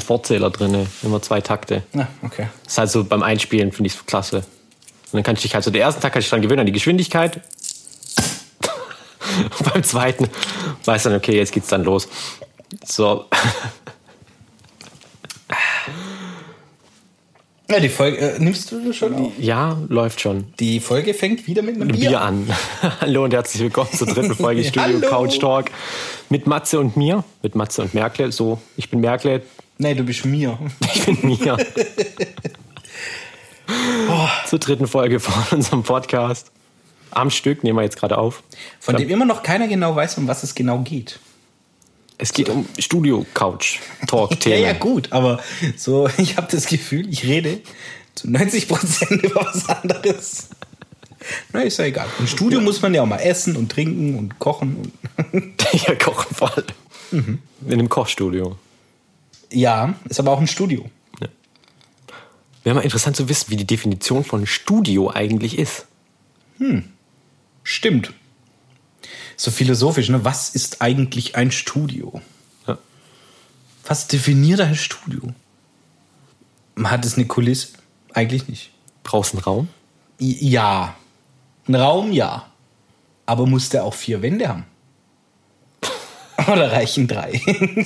Vorzähler drin, immer 2 Takte. Ja, okay. Das ist halt so beim Einspielen, finde ich klasse. Und dann kann ich dich halt so, der ersten Tag kann ich dran gewöhnen, an die Geschwindigkeit. Und beim zweiten weiß dann, okay, jetzt geht's dann los. So. Ja, die Folge, nimmst du das schon auf? Ja, läuft schon. Die Folge fängt wieder mit einem Bier an. Hallo und herzlich willkommen zur 3. Folge Studio Couch Talk mit Matze und mir. Mit Matze und Merkle. So, ich bin Merkle. Nee, du bist mir. Ich bin mir. Zur 3. Folge von unserem Podcast. Am Stück nehmen wir jetzt gerade auf. Von dem immer noch keiner genau weiß, um was es genau geht. Es geht um Studio-Couch-Talk-Themen. Ja, gut, aber so, ich habe das Gefühl, ich rede zu 90% über was anderes. Na, ist ja egal. Im Studio muss man ja auch mal essen und trinken und kochen. Ja, kochen vor allem. In einem Kochstudio. Ja, ist aber auch ein Studio. Ja. Wäre mal interessant zu wissen, wie die Definition von Studio eigentlich ist. Stimmt. So philosophisch, ne? Was ist eigentlich ein Studio? Ja. Was definiert ein Studio? Hat es eine Kulisse? Eigentlich nicht. Brauchst du einen Raum? Ja. Ein Raum, ja. Aber muss der auch 4 Wände haben? Oder reichen 3?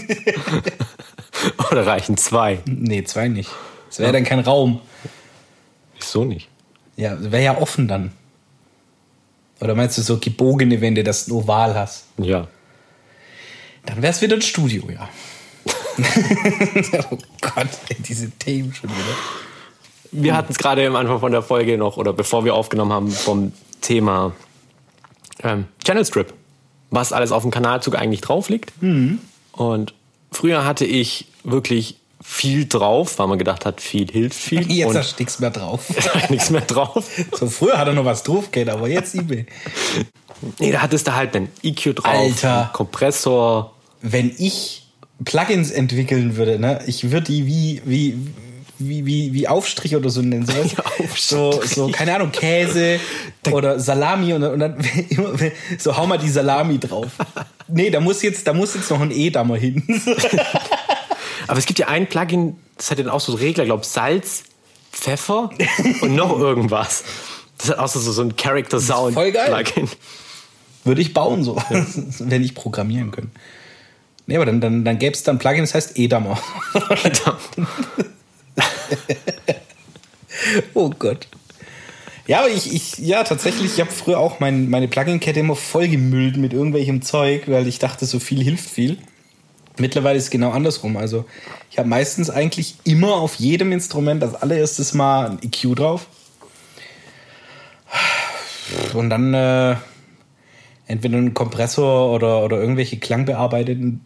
Oder reichen 2? Nee, 2 nicht. Das wäre dann kein Raum. Wieso nicht? Ja, wäre ja offen dann. Oder meinst du so gebogene Wände, dass du ein Oval hast? Ja. Dann wäre es wieder ein Studio, ja. Oh Gott, ey, diese Themen schon wieder. Wir hatten es gerade am Anfang von der Folge noch, oder bevor wir aufgenommen haben, vom Thema Channel Strip. Was alles auf dem Kanalzug eigentlich drauf liegt. Und früher hatte ich wirklich viel drauf, weil man gedacht hat, viel hilft viel. Jetzt hast du nichts mehr drauf. Nichts mehr drauf. So, früher hat er noch was drauf geht, aber jetzt eBay. Nee, da hattest du halt einen EQ drauf, Alter. einen Kompressor. Wenn ich Plugins entwickeln würde, ne, ich würde die wie Aufstrich oder so nennen. So, keine Ahnung, Käse oder Salami und dann immer, so hau mal die Salami drauf. Nee, da muss jetzt noch ein Edamer hin. Aber es gibt ja ein Plugin, das hat dann auch so Regler, glaube ich, Salz, Pfeffer und noch irgendwas. Das hat auch so ein Character-Sound-Plugin. Würde ich bauen so, wenn ich programmieren könnte. Nee, aber dann gäbe es dann Plugin, das heißt Edamer. Oh Gott. Ja, aber tatsächlich, ich habe früher auch meine Plugin-Kette immer vollgemüllt mit irgendwelchem Zeug, weil ich dachte, so viel hilft viel. Mittlerweile ist es genau andersrum. Also ich habe meistens eigentlich immer auf jedem Instrument als allererstes mal ein EQ drauf. Und dann entweder einen Kompressor oder irgendwelche klangbearbeitenden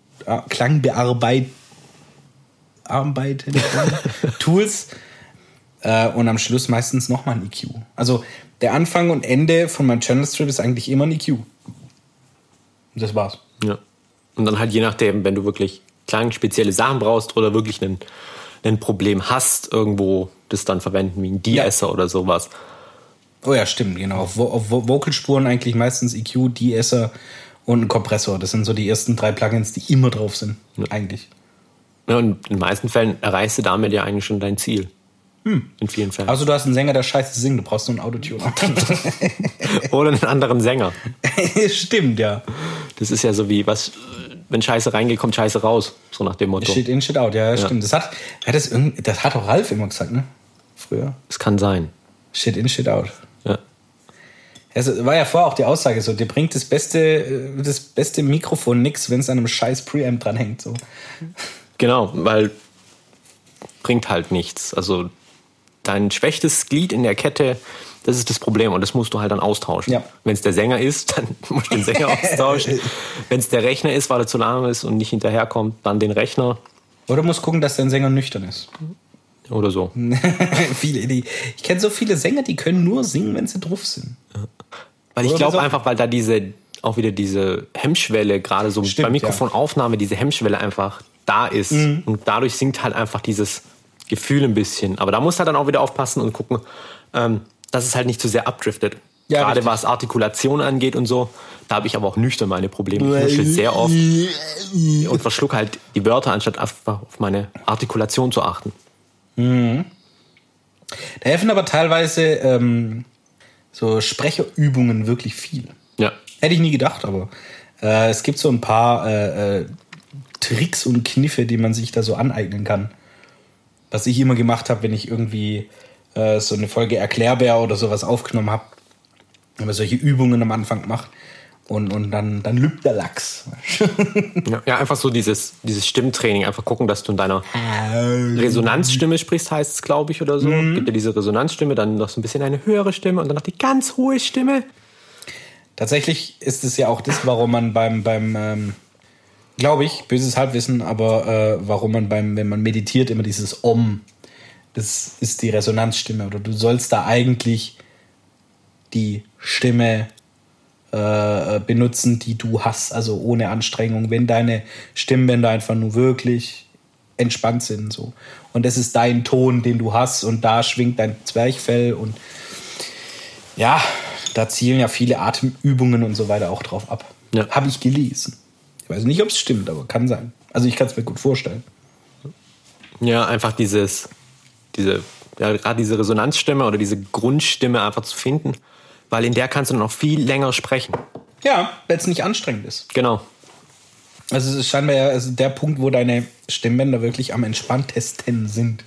Tools. Und am Schluss meistens nochmal ein EQ. Also der Anfang und Ende von meinem Channel Strip ist eigentlich immer ein EQ. Und das war's. Ja. Und dann halt je nachdem, wenn du wirklich klangspezielle Sachen brauchst oder wirklich ein Problem hast, irgendwo das dann verwenden, wie ein De-Esser oder sowas. Oh ja, stimmt, genau. Auf Vocalspuren eigentlich meistens EQ, De-Esser und ein Kompressor. Das sind so die ersten 3 Plugins, die immer drauf sind, eigentlich. Ja, und in den meisten Fällen erreichst du damit ja eigentlich schon dein Ziel. In vielen Fällen. Also du hast einen Sänger, der scheiße singt, du brauchst nur einen Autotune. Oder einen anderen Sänger. Stimmt, ja. Das ist ja so wie, wenn Scheiße reingeht, kommt Scheiße raus. So nach dem Motto. Shit in, shit out, ja, stimmt. Das hat auch Ralf immer gesagt, ne? Früher. Es kann sein. Shit in, shit out. Ja. Also war ja vorher auch die Aussage so, dir bringt das beste Mikrofon nix, wenn es an einem scheiß Preamp dranhängt. So. Genau, weil bringt halt nichts. Also dein schwächstes Glied in der Kette, das ist das Problem und das musst du halt dann austauschen. Ja. Wenn es der Sänger ist, dann musst du den Sänger austauschen. Wenn es der Rechner ist, weil er zu lahm ist und nicht hinterherkommt, dann den Rechner. Oder musst gucken, dass dein Sänger nüchtern ist. Oder so. Ich kenne so viele Sänger, die können nur singen, wenn sie drauf sind. Ja. Weil ich glaube einfach, weil da diese Hemmschwelle, gerade so bei Mikrofonaufnahme, diese Hemmschwelle einfach da ist. Und dadurch sinkt halt einfach dieses Gefühl ein bisschen. Aber da musst du halt dann auch wieder aufpassen und gucken, dass es halt nicht zu sehr abdriftet. Ja, gerade richtig. Was Artikulation angeht und so. Da habe ich aber auch nüchtern meine Probleme. Ich nuschel sehr oft und verschlucke halt die Wörter, anstatt einfach auf meine Artikulation zu achten. Mhm. Da helfen aber teilweise so Sprecherübungen wirklich viel. Ja. Hätte ich nie gedacht, aber es gibt so ein paar Tricks und Kniffe, die man sich da so aneignen kann. Was ich immer gemacht habe, wenn ich irgendwie so eine Folge Erklärbär oder sowas aufgenommen habe, wenn man solche Übungen am Anfang macht und dann lübt der Lachs. Ja, einfach so dieses Stimmtraining, einfach gucken, dass du in deiner Resonanzstimme sprichst, heißt es, glaube ich, oder so. Gibt ja diese Resonanzstimme, dann noch so ein bisschen eine höhere Stimme und dann noch die ganz hohe Stimme. Tatsächlich ist es ja auch das, warum man beim glaube ich, böses Halbwissen, aber warum man wenn man meditiert, immer dieses Om, das ist die Resonanzstimme. Oder du sollst da eigentlich die Stimme benutzen, die du hast, also ohne Anstrengung, wenn deine Stimmbänder einfach nur wirklich entspannt sind. So. Und das ist dein Ton, den du hast und da schwingt dein Zwerchfell und ja, da zielen ja viele Atemübungen und so weiter auch drauf ab. Ja. Habe ich gelesen. Ich weiß nicht, ob es stimmt, aber kann sein. Also ich kann es mir gut vorstellen. Ja, einfach gerade diese Resonanzstimme oder diese Grundstimme einfach zu finden, weil in der kannst du noch viel länger sprechen. Ja, wenn es nicht anstrengend ist. Genau. Also es ist scheinbar ja der Punkt, wo deine Stimmbänder wirklich am entspanntesten sind.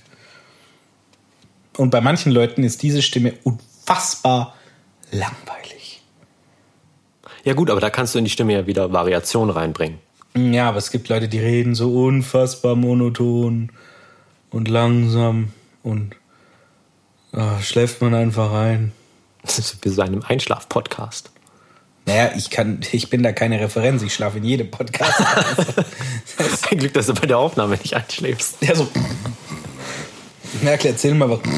Und bei manchen Leuten ist diese Stimme unfassbar langweilig. Ja gut, aber da kannst du in die Stimme ja wieder Variation reinbringen. Ja, aber es gibt Leute, die reden so unfassbar monoton und langsam und schläft man einfach ein. Das ist wie so einem Einschlaf-Podcast. Naja, ich bin da keine Referenz, ich schlafe in jedem Podcast. Ein Glück, dass du bei der Aufnahme nicht einschläfst. Ja, so. Merkel, erzähl mal was.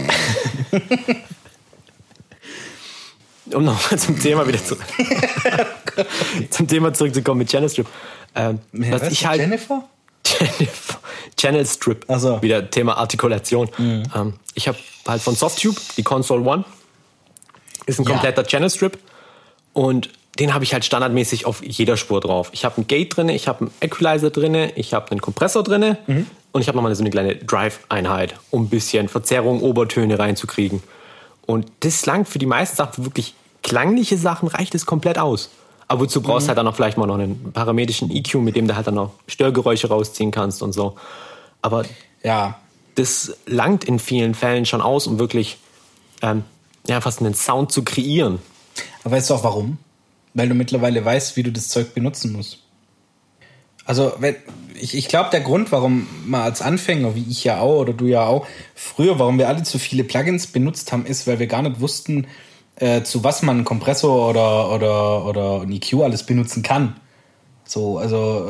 Um nochmal zum Thema zurückzukommen mit Channel Strip. Was ich halt Jennifer? Channel Strip. Ach so. Wieder Thema Artikulation. Ich habe halt von Softube, die Console One, ist ein kompletter Channel Strip und den habe ich halt standardmäßig auf jeder Spur drauf. Ich habe ein Gate drin, ich habe einen Equalizer drin, ich habe einen Kompressor drin und ich habe nochmal so eine kleine Drive-Einheit, um ein bisschen Verzerrung, Obertöne reinzukriegen. Und das langt für die meisten Sachen, für wirklich klangliche Sachen reicht es komplett aus. Aber wozu brauchst du halt dann noch vielleicht mal noch einen parametrischen EQ, mit dem du halt dann noch Störgeräusche rausziehen kannst und so. Aber das langt in vielen Fällen schon aus, um wirklich fast einen Sound zu kreieren. Aber weißt du auch warum? Weil du mittlerweile weißt, wie du das Zeug benutzen musst. Also ich glaube, der Grund, warum man als Anfänger, wie ich ja auch oder du ja auch, früher, warum wir alle zu viele Plugins benutzt haben, ist, weil wir gar nicht wussten, zu was man einen Kompressor oder ein EQ alles benutzen kann. So, also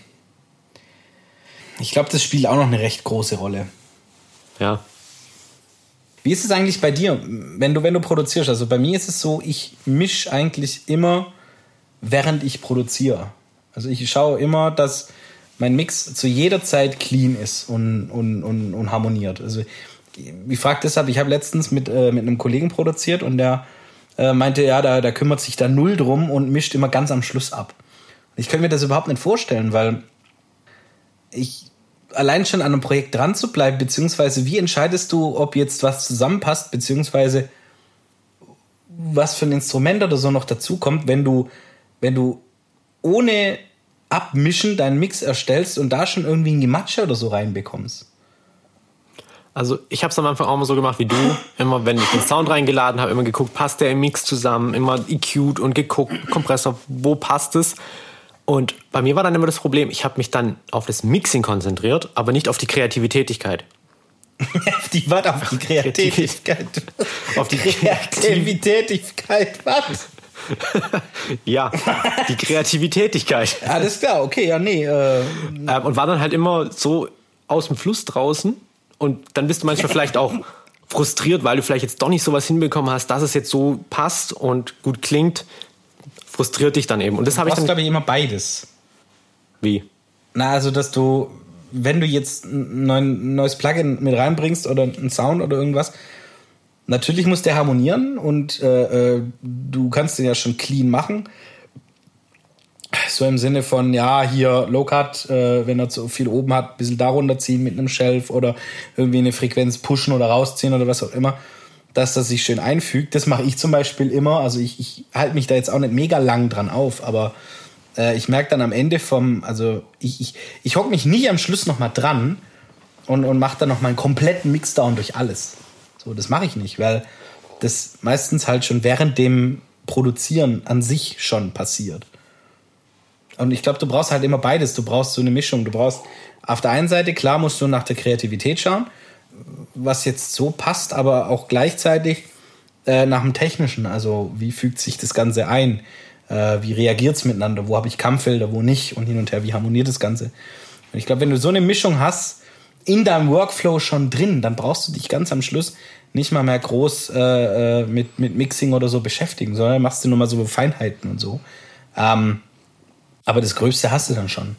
ich glaube, das spielt auch noch eine recht große Rolle. Ja. Wie ist es eigentlich bei dir, wenn du produzierst? Also bei mir ist es so, ich mische eigentlich immer, während ich produziere. Also ich schaue immer, dass mein Mix zu jeder Zeit clean ist und harmoniert. Also ich frage deshalb, ich habe letztens mit einem Kollegen produziert und der meinte, ja, da kümmert sich da null drum und mischt immer ganz am Schluss ab. Ich könnte mir das überhaupt nicht vorstellen, weil ich allein schon an einem Projekt dran zu bleiben, beziehungsweise wie entscheidest du, ob jetzt was zusammenpasst, beziehungsweise was für ein Instrument oder so noch dazu kommt, wenn du ohne Abmischen deinen Mix erstellst und da schon irgendwie ein Gematsche oder so reinbekommst? Also ich habe es am Anfang auch mal so gemacht wie du. Immer wenn ich den Sound reingeladen habe, immer geguckt, passt der im Mix zusammen, immer EQ'd und geguckt, Kompressor, wo passt es? Und bei mir war dann immer das Problem, ich habe mich dann auf das Mixing konzentriert, aber nicht auf die Kreativitätigkeit. Die war auf die Kreativität. Auf die Kreativitätigkeit, was? Ja, die Kreativitätigkeit. Alles klar, okay, ja, nee. Und war dann halt immer so aus dem Fluss draußen. Und dann bist du manchmal vielleicht auch frustriert, weil du vielleicht jetzt doch nicht sowas hinbekommen hast, dass es jetzt so passt und gut klingt. Frustriert dich dann eben. Und das habe ich dann, glaube ich, immer beides. Wie? Na, also, dass du, wenn du jetzt ein neues Plugin mit reinbringst oder einen Sound oder irgendwas, Natürlich muss der harmonieren und du kannst den ja schon clean machen. So im Sinne von, ja, hier Low-Cut, wenn er zu viel oben hat, ein bisschen da runterziehen mit einem Shelf oder irgendwie eine Frequenz pushen oder rausziehen oder was auch immer, dass das sich schön einfügt. Das mache ich zum Beispiel immer. Also ich halte mich da jetzt auch nicht mega lang dran auf, aber ich merke dann am Ende ich hocke mich nie am Schluss nochmal dran und mache dann nochmal einen kompletten Mixdown durch alles. So, das mache ich nicht, weil das meistens halt schon während dem Produzieren an sich schon passiert. Und ich glaube, du brauchst halt immer beides. Du brauchst so eine Mischung. Du brauchst auf der einen Seite, klar musst du nach der Kreativität schauen, was jetzt so passt, aber auch gleichzeitig nach dem Technischen. Also wie fügt sich das Ganze ein? Wie reagiert es miteinander? Wo habe ich Kammfelder, wo nicht? Und hin und her, wie harmoniert das Ganze? Und ich glaube, wenn du so eine Mischung hast, in deinem Workflow schon drin, dann brauchst du dich ganz am Schluss nicht mal mehr groß mit Mixing oder so beschäftigen, sondern machst du nur mal so Feinheiten und so. Aber das Gröbste hast du dann schon.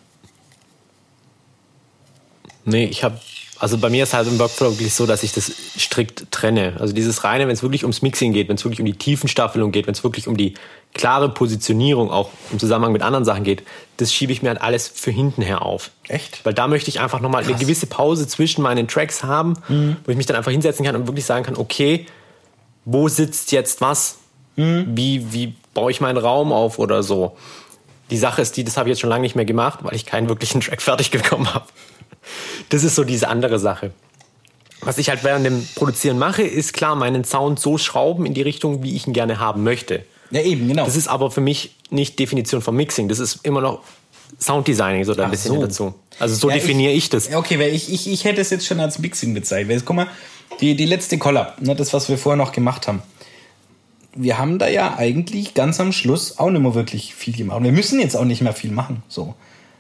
Nee, also bei mir ist halt im Workflow wirklich so, dass ich das strikt trenne. Also dieses reine, wenn es wirklich ums Mixing geht, wenn es wirklich um die Tiefenstaffelung geht, wenn es wirklich um die klare Positionierung auch im Zusammenhang mit anderen Sachen geht, das schiebe ich mir halt alles für hinten her auf. Echt? Weil da möchte ich einfach nochmal eine gewisse Pause zwischen meinen Tracks haben, wo ich mich dann einfach hinsetzen kann und wirklich sagen kann, okay, wo sitzt jetzt was? Wie baue ich meinen Raum auf oder so? Die Sache ist das habe ich jetzt schon lange nicht mehr gemacht, weil ich keinen wirklichen Track fertig bekommen habe. Das ist so diese andere Sache. Was ich halt während dem Produzieren mache, ist klar, meinen Sound so schrauben in die Richtung, wie ich ihn gerne haben möchte. Ja, eben, genau. Das ist aber für mich nicht Definition von Mixing. Das ist immer noch Sounddesigning, so da ein bisschen dazu. Also so definiere ich das. Okay, weil ich hätte es jetzt schon als Mixing bezeichnet. Guck mal, die letzte Collab, ne, das, was wir vorher noch gemacht haben. Wir haben da ja eigentlich ganz am Schluss auch nicht mehr wirklich viel gemacht. Wir müssen jetzt auch nicht mehr viel machen, so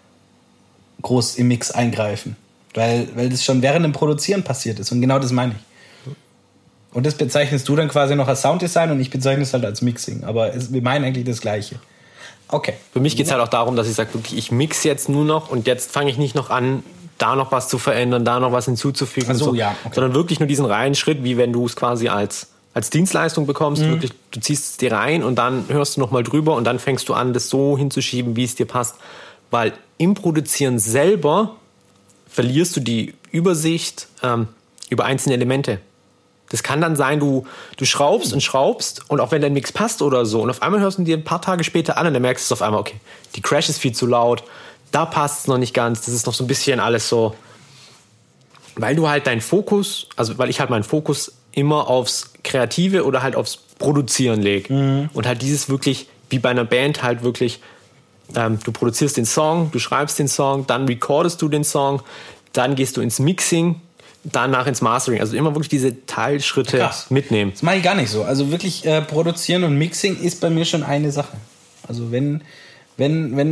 groß im Mix eingreifen, weil das schon während dem Produzieren passiert ist und genau das meine ich. Und das bezeichnest du dann quasi noch als Sounddesign und ich bezeichne es halt als Mixing, aber wir meinen eigentlich das Gleiche. Okay. Für mich geht es halt auch darum, dass ich sage, wirklich, ich mixe jetzt nur noch und jetzt fange ich nicht noch an, da noch was zu verändern, da noch was hinzuzufügen, Ach so, ja, okay. Sondern wirklich nur diesen reinen Schritt, wie wenn du es quasi als Dienstleistung bekommst, wirklich, du ziehst es dir rein und dann hörst du nochmal drüber und dann fängst du an, das so hinzuschieben, wie es dir passt. Weil im Produzieren selber verlierst du die Übersicht über einzelne Elemente. Das kann dann sein, du schraubst und auch wenn dein Mix passt oder so und auf einmal hörst du dir ein paar Tage später an und dann merkst du auf einmal, okay, die Crash ist viel zu laut, da passt es noch nicht ganz, das ist noch so ein bisschen alles so, weil du halt weil ich halt meinen Fokus immer aufs Kreative oder halt aufs Produzieren lege. Und halt dieses wirklich, wie bei einer Band halt wirklich, du produzierst den Song, du schreibst den Song, dann recordest du den Song, dann gehst du ins Mixing, danach ins Mastering. Also immer wirklich diese Teilschritte mitnehmen. Das mache ich gar nicht so. Also wirklich produzieren und Mixing ist bei mir schon eine Sache. Also wenn da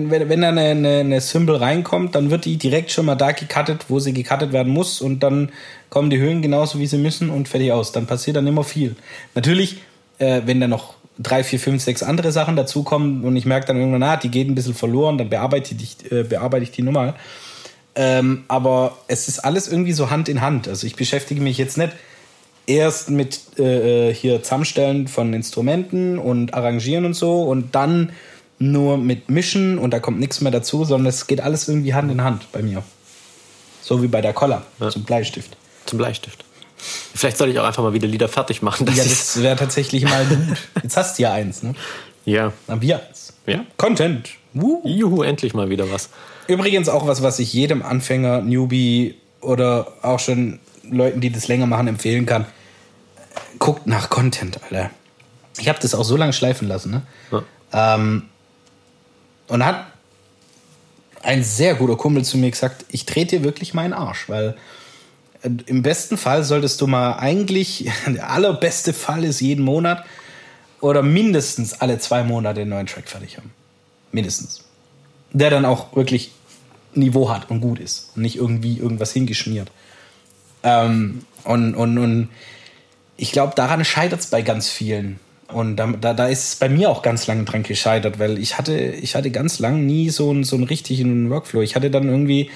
eine Cymbal reinkommt, dann wird die direkt schon mal da gecuttet, wo sie gecuttet werden muss und dann kommen die Höhen genauso, wie sie müssen und fertig aus. Dann passiert dann immer viel. Natürlich, wenn da noch 3, 4, 5, 6 andere Sachen dazukommen und ich merke dann irgendwann, die geht ein bisschen verloren, dann bearbeite ich die nochmal. Aber es ist alles irgendwie so Hand in Hand. Also ich beschäftige mich jetzt nicht erst mit hier Zusammenstellen von Instrumenten und Arrangieren und so und dann nur mit Mischen und da kommt nichts mehr dazu, sondern es geht alles irgendwie Hand in Hand bei mir. So wie bei der Collab zum Bleistift. Zum Bleistift. Vielleicht soll ich auch einfach mal wieder Lieder fertig machen. Das wäre tatsächlich mal gut. Jetzt hast du ja eins, ne? Ja. Dann haben wir eins. Ja. Content. Juhu, endlich mal wieder was. Übrigens auch was ich jedem Anfänger, Newbie oder auch schon Leuten, die das länger machen, empfehlen kann. Guckt nach Content, Alter. Ich habe das auch so lange schleifen lassen, ne? Ja. Und hat ein sehr guter Kumpel zu mir gesagt, ich trete dir wirklich meinen Arsch, weil im besten Fall solltest du mal eigentlich, der allerbeste Fall ist jeden Monat oder mindestens alle 2 Monate einen neuen Track fertig haben. Mindestens. Der dann auch wirklich Niveau hat und gut ist und nicht irgendwie irgendwas hingeschmiert. Und ich glaube, daran scheitert es bei ganz vielen. Und da ist es bei mir auch ganz lange dran gescheitert, weil ich hatte ganz lang nie so einen richtigen Workflow. Ich hatte dann irgendwie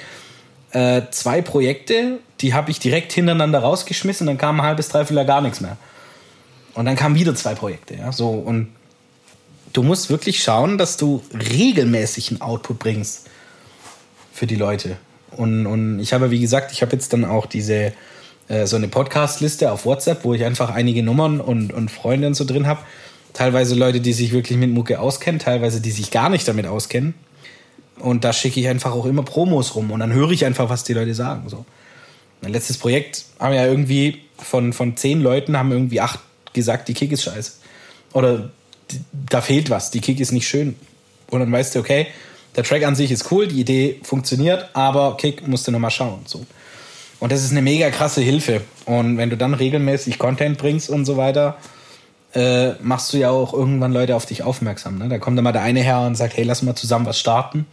2 Projekte, die habe ich direkt hintereinander rausgeschmissen, dann kam ein halbes, dreiviertel gar nichts mehr. Und dann kamen wieder 2 Projekte. Ja? So, und du musst wirklich schauen, dass du regelmäßig einen Output bringst für die Leute. Und ich habe, wie gesagt, ich habe jetzt dann auch diese so eine Podcast-Liste auf WhatsApp, wo ich einfach einige Nummern und Freunde und so drin habe. Teilweise Leute, die sich wirklich mit Mucke auskennen, teilweise die sich gar nicht damit auskennen. Und da schicke ich einfach auch immer Promos rum und dann höre ich einfach, was die Leute sagen. So. Mein letztes Projekt haben ja irgendwie von 10 Leuten haben irgendwie 8 gesagt, die Kick ist scheiße. Oder da fehlt was, die Kick ist nicht schön. Und dann weißt du, okay, der Track an sich ist cool, die Idee funktioniert, aber Kick musst du nochmal schauen. So. Und das ist eine mega krasse Hilfe. Und wenn du dann regelmäßig Content bringst und so weiter, machst du ja auch irgendwann Leute auf dich aufmerksam. Ne? Da kommt dann mal der eine her und sagt, hey, lass mal zusammen was starten.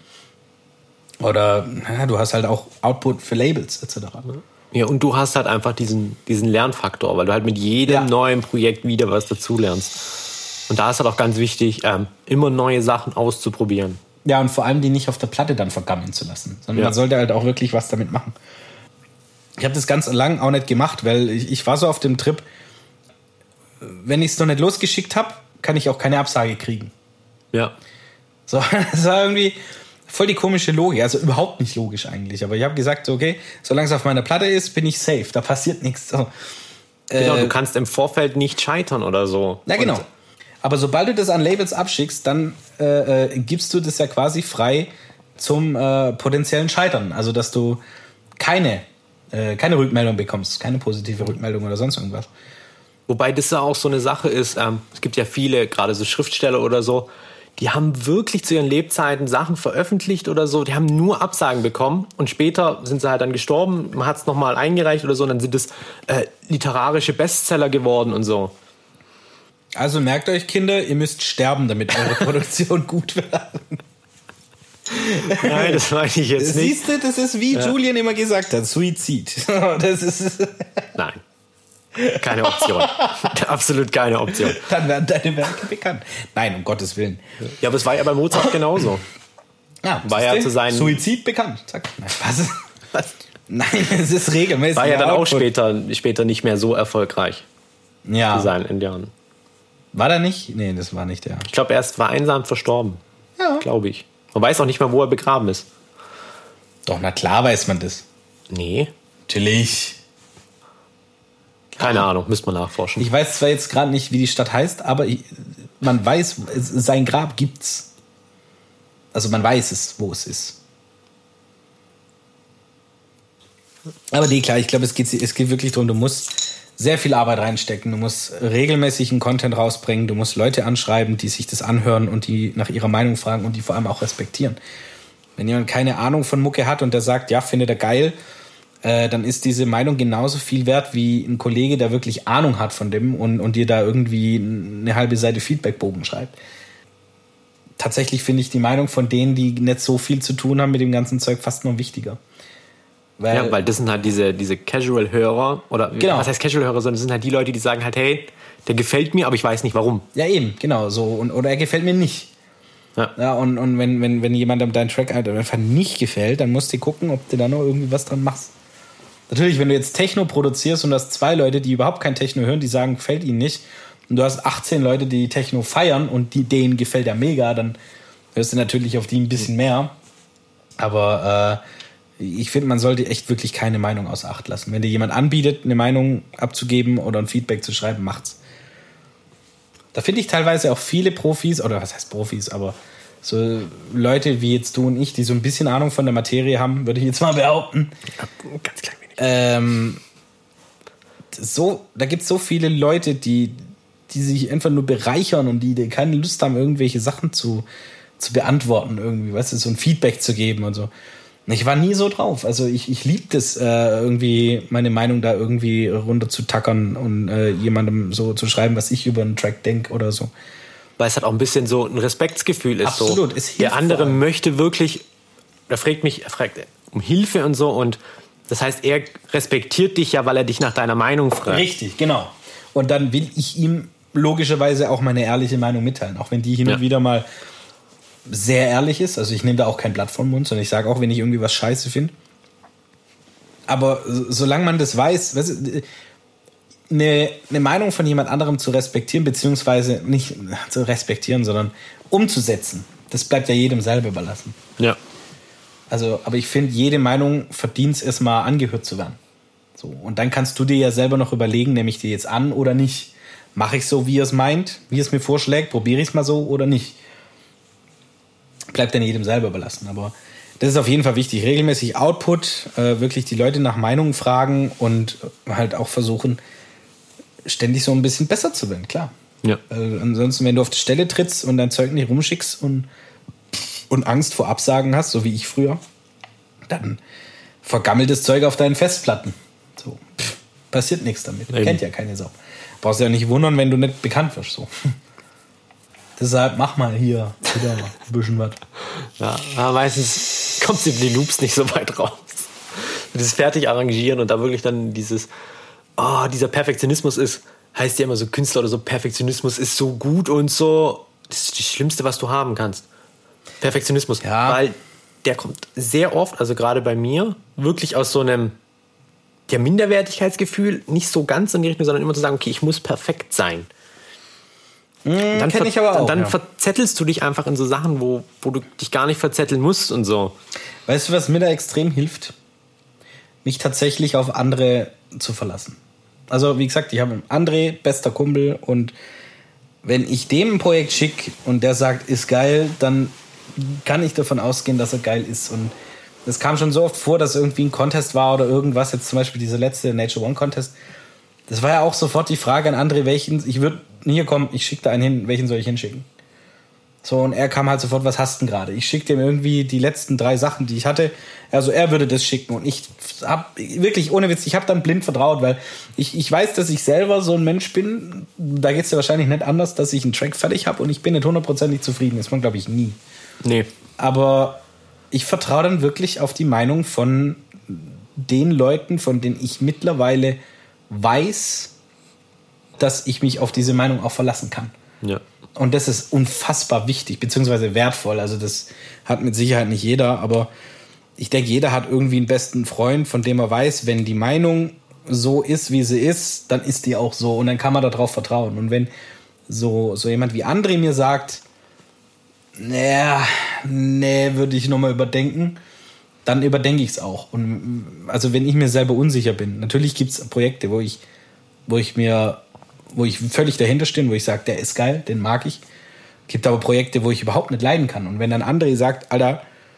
Oder du hast halt auch Output für Labels etc. Ja, und du hast halt einfach diesen Lernfaktor, weil du halt mit jedem neuen Projekt wieder was dazulernst. Und da ist halt auch ganz wichtig, immer neue Sachen auszuprobieren. Ja, und vor allem die nicht auf der Platte dann vergammeln zu lassen, sondern man sollte halt auch wirklich was damit machen. Ich habe das ganz lang auch nicht gemacht, weil ich war so auf dem Trip, wenn ich es noch nicht losgeschickt habe, kann ich auch keine Absage kriegen. Ja. So, das war irgendwie voll die komische Logik, also überhaupt nicht logisch eigentlich. Aber ich habe gesagt, okay, solange es auf meiner Platte ist, bin ich safe, da passiert nichts. So. Genau, du kannst im Vorfeld nicht scheitern oder so. Ja, genau. Aber sobald du das an Labels abschickst, dann gibst du das ja quasi frei zum potenziellen Scheitern. Also, dass du keine Rückmeldung bekommst, keine positive Rückmeldung oder sonst irgendwas. Wobei das ja auch so eine Sache ist, es gibt ja viele, gerade so Schriftsteller oder so, die haben wirklich zu ihren Lebzeiten Sachen veröffentlicht oder so, die haben nur Absagen bekommen und später sind sie halt dann gestorben, man hat es nochmal eingereicht oder so, und dann sind es literarische Bestseller geworden und so. Also merkt euch, Kinder, ihr müsst sterben, damit eure Produktion gut wird. Nein, das meine ich jetzt nicht. Siehst du, das ist wie Julian immer gesagt hat, Suizid. Das ist Nein. Keine Option. Absolut keine Option. Dann werden deine Werke bekannt. Nein, um Gottes Willen. Ja, aber es war ja bei Mozart genauso. Ja, war ja zu sein Suizid bekannt. Zack. Was? Nein, es ist regelmäßig. War ja dann auch später nicht mehr so erfolgreich zu sein in Jahren. War der nicht? Nee, das war nicht der. Ich glaube, er war einsam verstorben. Ja. Glaube ich. Man weiß auch nicht mehr, wo er begraben ist. Doch, na klar weiß man das. Nee. Natürlich. Keine Ahnung, müsste man nachforschen. Ich weiß zwar jetzt gerade nicht, wie die Stadt heißt, aber man weiß, sein Grab gibt's. Also man weiß es, wo es ist. Aber nee, klar, ich glaube, es geht wirklich darum, du musst sehr viel Arbeit reinstecken, du musst regelmäßig einen Content rausbringen, du musst Leute anschreiben, die sich das anhören und die nach ihrer Meinung fragen und die vor allem auch respektieren. Wenn jemand keine Ahnung von Mucke hat und der sagt, ja, findet er geil, dann ist diese Meinung genauso viel wert wie ein Kollege, der wirklich Ahnung hat von dem und dir da irgendwie eine halbe Seite Feedbackbogen schreibt. Tatsächlich finde ich die Meinung von denen, die nicht so viel zu tun haben mit dem ganzen Zeug, fast noch wichtiger. Weil das sind halt diese Casual-Hörer, oder was heißt Casual-Hörer, sondern das sind halt die Leute, die sagen halt, hey, der gefällt mir, aber ich weiß nicht warum. Ja, eben, genau, so. Oder er gefällt mir nicht. Ja, und wenn jemandem dein Track halt einfach nicht gefällt, dann musst du gucken, ob du da noch irgendwie was dran machst. Natürlich, wenn du jetzt Techno produzierst und du hast 2 Leute, die überhaupt kein Techno hören, die sagen, gefällt ihnen nicht, und du hast 18 Leute, die Techno feiern und denen gefällt ja mega, dann hörst du natürlich auf die ein bisschen mehr. Aber ich finde, man sollte echt wirklich keine Meinung außer Acht lassen. Wenn dir jemand anbietet, eine Meinung abzugeben oder ein Feedback zu schreiben, macht's. Da finde ich teilweise auch viele Profis, oder was heißt Profis, aber so Leute wie jetzt du und ich, die so ein bisschen Ahnung von der Materie haben, würde ich jetzt mal behaupten. Ja, ganz klein wenig. Da gibt es so viele Leute, die sich einfach nur bereichern und die keine Lust haben, irgendwelche Sachen zu beantworten, irgendwie, weißt du, so ein Feedback zu geben und so. Ich war nie so drauf. Also ich liebe das, irgendwie meine Meinung da irgendwie runter zu tackern und jemandem so zu schreiben, was ich über einen Track denke oder so. Weil es halt auch ein bisschen so ein Respektsgefühl ist. Absolut, so. es hilft. Der andere möchte wirklich, er fragt um Hilfe und so, und das heißt, er respektiert dich ja, weil er dich nach deiner Meinung fragt. Richtig, genau. Und dann will ich ihm logischerweise auch meine ehrliche Meinung mitteilen, auch wenn die hin und wieder mal sehr ehrlich ist. Also ich nehme da auch kein Blatt vom Mund, sondern ich sage auch, wenn ich irgendwie was scheiße finde. Aber solange man das weiß, weißt du, eine Meinung von jemand anderem zu respektieren, beziehungsweise nicht zu respektieren, sondern umzusetzen. Das bleibt ja jedem selber überlassen. Ja. Also, aber ich finde, jede Meinung verdient es erstmal angehört zu werden. So. Und dann kannst du dir ja selber noch überlegen, nehme ich die jetzt an oder nicht? Mache ich so, wie er es meint, wie er es mir vorschlägt, probiere ich es mal so oder nicht? Bleibt dann jedem selber überlassen. Aber das ist auf jeden Fall wichtig. Regelmäßig Output, wirklich die Leute nach Meinungen fragen und halt auch versuchen, ständig so ein bisschen besser zu werden, klar. Ja. Ansonsten, wenn du auf die Stelle trittst und dein Zeug nicht rumschickst und Angst vor Absagen hast, so wie ich früher, dann vergammelt das Zeug auf deinen Festplatten. So, passiert nichts damit. Kennt ja keine Sau. Brauchst ja nicht wundern, wenn du nicht bekannt wirst. So. Deshalb mach mal hier wieder ein bisschen was. Ja, aber meistens kommt in die Loops nicht so weit raus. Das fertig arrangieren und da wirklich dann dieser Perfektionismus heißt ja immer so Künstler oder so, Perfektionismus ist so gut und so, das ist das Schlimmste, was du haben kannst. Perfektionismus. Ja. Weil der kommt sehr oft, also gerade bei mir, wirklich aus so einem Minderwertigkeitsgefühl, nicht so ganz in die Richtung, sondern immer zu sagen, okay, ich muss perfekt sein. Dann kenne ich aber auch. Dann verzettelst du dich einfach in so Sachen, wo du dich gar nicht verzetteln musst und so. Weißt du, was mir da extrem hilft? Mich tatsächlich auf andere zu verlassen. Also, wie gesagt, ich habe André, bester Kumpel, und wenn ich dem ein Projekt schicke und der sagt, ist geil, dann kann ich davon ausgehen, dass er geil ist. Und es kam schon so oft vor, dass irgendwie ein Contest war oder irgendwas, jetzt zum Beispiel dieser letzte Nature One Contest. Das war ja auch sofort die Frage an André, ich schicke da einen hin, welchen soll ich hinschicken? So, und er kam halt sofort, was hast du denn gerade? Ich schicke dem irgendwie die letzten 3 Sachen, die ich hatte. Also er würde das schicken und ich habe wirklich, ohne Witz, ich habe dann blind vertraut, weil ich weiß, dass ich selber so ein Mensch bin, da geht es ja wahrscheinlich nicht anders, dass ich einen Track fertig habe und ich bin nicht 100% zufrieden. Ist man, glaube ich, nie. Nee. Aber ich vertraue dann wirklich auf die Meinung von den Leuten, von denen ich mittlerweile weiß, dass ich mich auf diese Meinung auch verlassen kann. Ja. Und das ist unfassbar wichtig, beziehungsweise wertvoll. Also das hat mit Sicherheit nicht jeder, aber ich denke, jeder hat irgendwie einen besten Freund, von dem er weiß, wenn die Meinung so ist, wie sie ist, dann ist die auch so und dann kann man darauf vertrauen. Und wenn so jemand wie André mir sagt, würde ich nochmal überdenken, dann überdenke ich es auch. Und also wenn ich mir selber unsicher bin, natürlich gibt es Projekte, wo ich völlig dahinter stehe, wo ich sage, der ist geil, den mag ich. Gibt aber Projekte, wo ich überhaupt nicht leiden kann. Und wenn dann André sagt, Alter,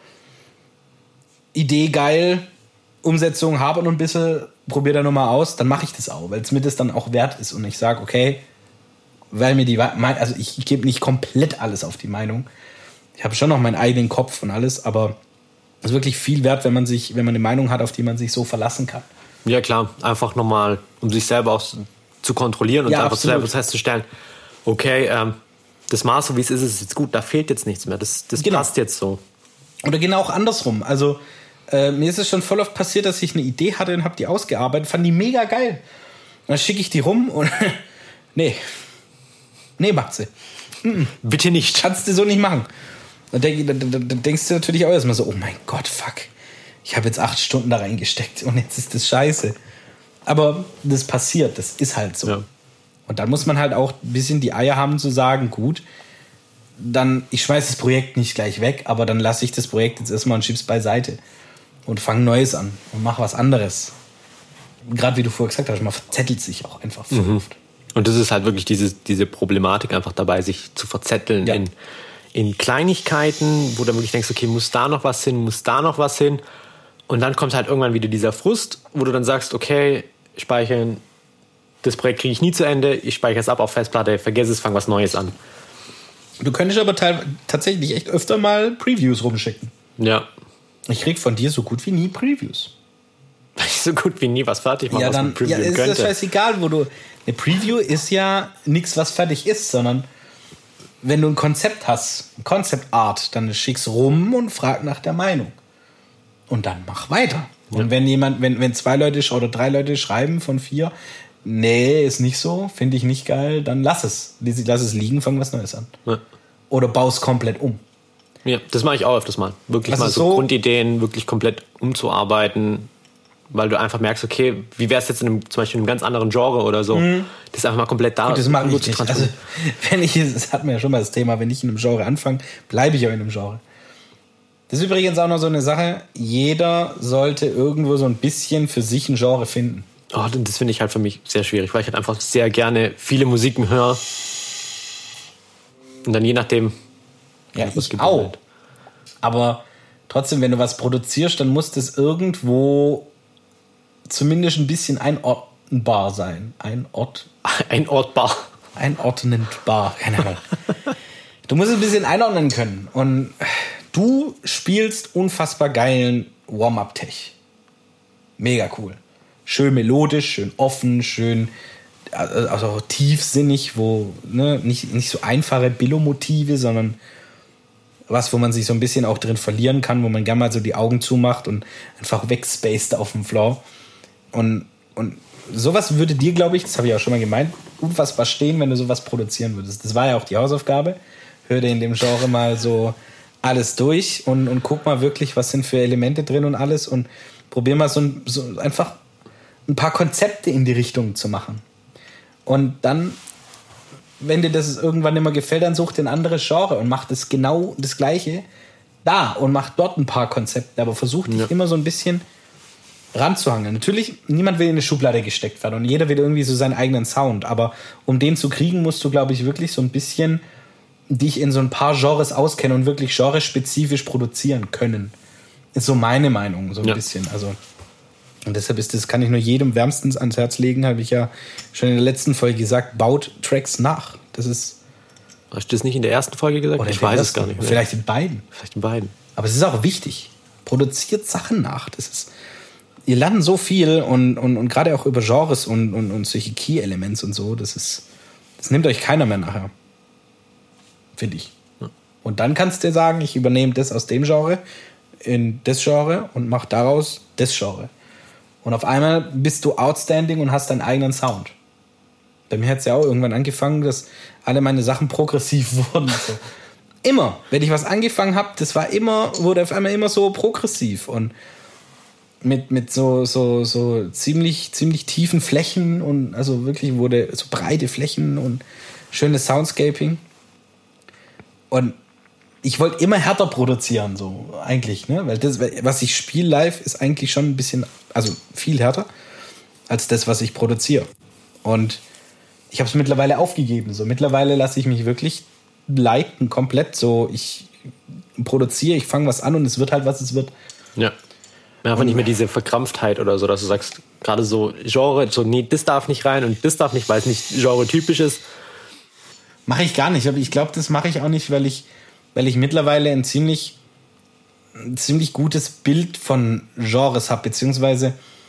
Idee geil, Umsetzung habe noch ein bisschen, probier da nochmal aus, dann mache ich das auch, weil es mir das dann auch wert ist. Und ich sage, okay, weil mir ich gebe nicht komplett alles auf die Meinung. Ich habe schon noch meinen eigenen Kopf und alles, aber es ist wirklich viel wert, wenn man eine Meinung hat, auf die man sich so verlassen kann. Ja, klar, einfach nochmal, um sich selber auch zu kontrollieren und ja, einfach selber festzustellen, okay, das Maß, so wie es ist jetzt gut, da fehlt jetzt nichts mehr, das genau. Passt jetzt so. Oder genau auch andersrum, also mir ist es schon voll oft passiert, dass ich eine Idee hatte und habe die ausgearbeitet, fand die mega geil. Und dann schicke ich die rum und nee, Matze. Bitte nicht. Kannst du so nicht machen. Da denkst du natürlich auch erstmal so, oh mein Gott, fuck, ich habe jetzt 8 Stunden da reingesteckt und jetzt ist das scheiße. Aber das passiert, das ist halt so. Ja. Und dann muss man halt auch ein bisschen die Eier haben zu sagen, gut, dann, ich schmeiß das Projekt nicht gleich weg, aber dann lasse ich das Projekt jetzt erstmal und schieb's beiseite und fange Neues an und mach was anderes. Gerade wie du vorher gesagt hast, man verzettelt sich auch einfach voll oft. Und das ist halt wirklich diese Problematik einfach dabei, sich zu verzetteln in Kleinigkeiten, wo du wirklich denkst, okay, muss da noch was hin. Und dann kommt halt irgendwann wieder dieser Frust, wo du dann sagst, okay, speichern, das Projekt kriege ich nie zu Ende, ich speichere es ab auf Festplatte, vergesse es, fange was Neues an. Du könntest aber tatsächlich echt öfter mal Previews rumschicken. Ja. Ich krieg von dir so gut wie nie Previews. Weil ich so gut wie nie was fertig mache, was man previewen könnte. Ja, ist ja scheißegal, eine Preview ist ja nichts, was fertig ist, sondern wenn du ein Konzept hast, ein Concept Art, dann schick's rum und frag nach der Meinung. Und dann mach weiter. Ja. Und wenn 2 Leute oder 3 Leute schreiben von 4, nee, ist nicht so, finde ich nicht geil, dann lass es liegen, fang was Neues an. Ja. Oder baust komplett um. Ja, das mache ich auch öfters mal. Wirklich also mal so Grundideen wirklich komplett umzuarbeiten. weil du einfach merkst, okay, wie wäre es jetzt zum Beispiel in einem ganz anderen Genre oder so. Das ist einfach mal komplett da. Gut, das mache ich nicht. Also, das hatten wir ja schon mal das Thema, wenn ich in einem Genre anfange, bleibe ich auch in einem Genre. Das ist übrigens auch noch so eine Sache, jeder sollte irgendwo so ein bisschen für sich ein Genre finden. Oh, das finde ich halt für mich sehr schwierig, weil ich halt einfach sehr gerne viele Musiken höre und dann je nachdem... Ja, ich auch. Halt. Aber trotzdem, wenn du was produzierst, dann muss das irgendwo zumindest ein bisschen einordnbar sein. Einordbar. Einordnendbar, keine Ahnung. Du musst es ein bisschen einordnen können. Und du spielst unfassbar geilen Warm-Up-Tech. Mega cool. Schön melodisch, schön offen, schön also tiefsinnig, wo nicht so einfache Billo-Motive, sondern was, wo man sich so ein bisschen auch drin verlieren kann, wo man gerne mal so die Augen zumacht und einfach wegspaced auf dem Floor. Und sowas würde dir, glaube ich, das habe ich auch schon mal gemeint, unfassbar stehen, wenn du sowas produzieren würdest. Das war ja auch die Hausaufgabe. Hör dir in dem Genre mal so alles durch und guck mal wirklich, was sind für Elemente drin und alles und probier mal so einfach ein paar Konzepte in die Richtung zu machen. Und dann, wenn dir das irgendwann nicht mehr gefällt, dann such dir ein anderes Genre und mach das genau das Gleiche da und mach dort ein paar Konzepte, aber versuch dich immer so ein bisschen ranzuhangeln. Natürlich, niemand will in eine Schublade gesteckt werden und jeder will irgendwie so seinen eigenen Sound, aber um den zu kriegen, musst du, glaube ich, wirklich so ein bisschen dich in so ein paar Genres auskennen und wirklich genrespezifisch produzieren können. Ist so meine Meinung, so ein bisschen. Also, und deshalb kann ich nur jedem wärmstens ans Herz legen, habe ich ja schon in der letzten Folge gesagt, baut Tracks nach. Das ist... Hast du das nicht in der ersten Folge gesagt? Oder ich weiß es gar nicht mehr. Vielleicht in beiden. Aber es ist auch wichtig. Produziert Sachen nach. Ihr lernt so viel und gerade auch über Genres und solche Key-Elements und so, das nimmt euch keiner mehr nachher. Finde ich. Ja. Und dann kannst du dir sagen, ich übernehme das aus dem Genre in das Genre und mache daraus das Genre. Und auf einmal bist du outstanding und hast deinen eigenen Sound. Bei mir hat es ja auch irgendwann angefangen, dass alle meine Sachen progressiv wurden. So. Immer. Wenn ich was angefangen habe, wurde auf einmal immer so progressiv. Und mit so ziemlich tiefen Flächen und also wirklich wurde so breite Flächen und schönes Soundscaping. Und ich wollte immer härter produzieren, so eigentlich, ne? Weil das, was ich spiele live, ist eigentlich schon ein bisschen, also viel härter als das, was ich produziere. Und ich habe es mittlerweile aufgegeben. So mittlerweile lasse ich mich wirklich leiten, komplett. So ich produziere, ich fange was an und es wird halt, was es wird. Ja. Einfach nicht mehr diese Verkrampftheit oder so, dass du sagst, gerade so Genre, so nee, das darf nicht rein und das darf nicht, weil es nicht genre-typisch ist. Mache ich gar nicht, aber ich glaube, das mache ich auch nicht, weil ich mittlerweile ein ziemlich gutes Bild von Genres habe, beziehungsweise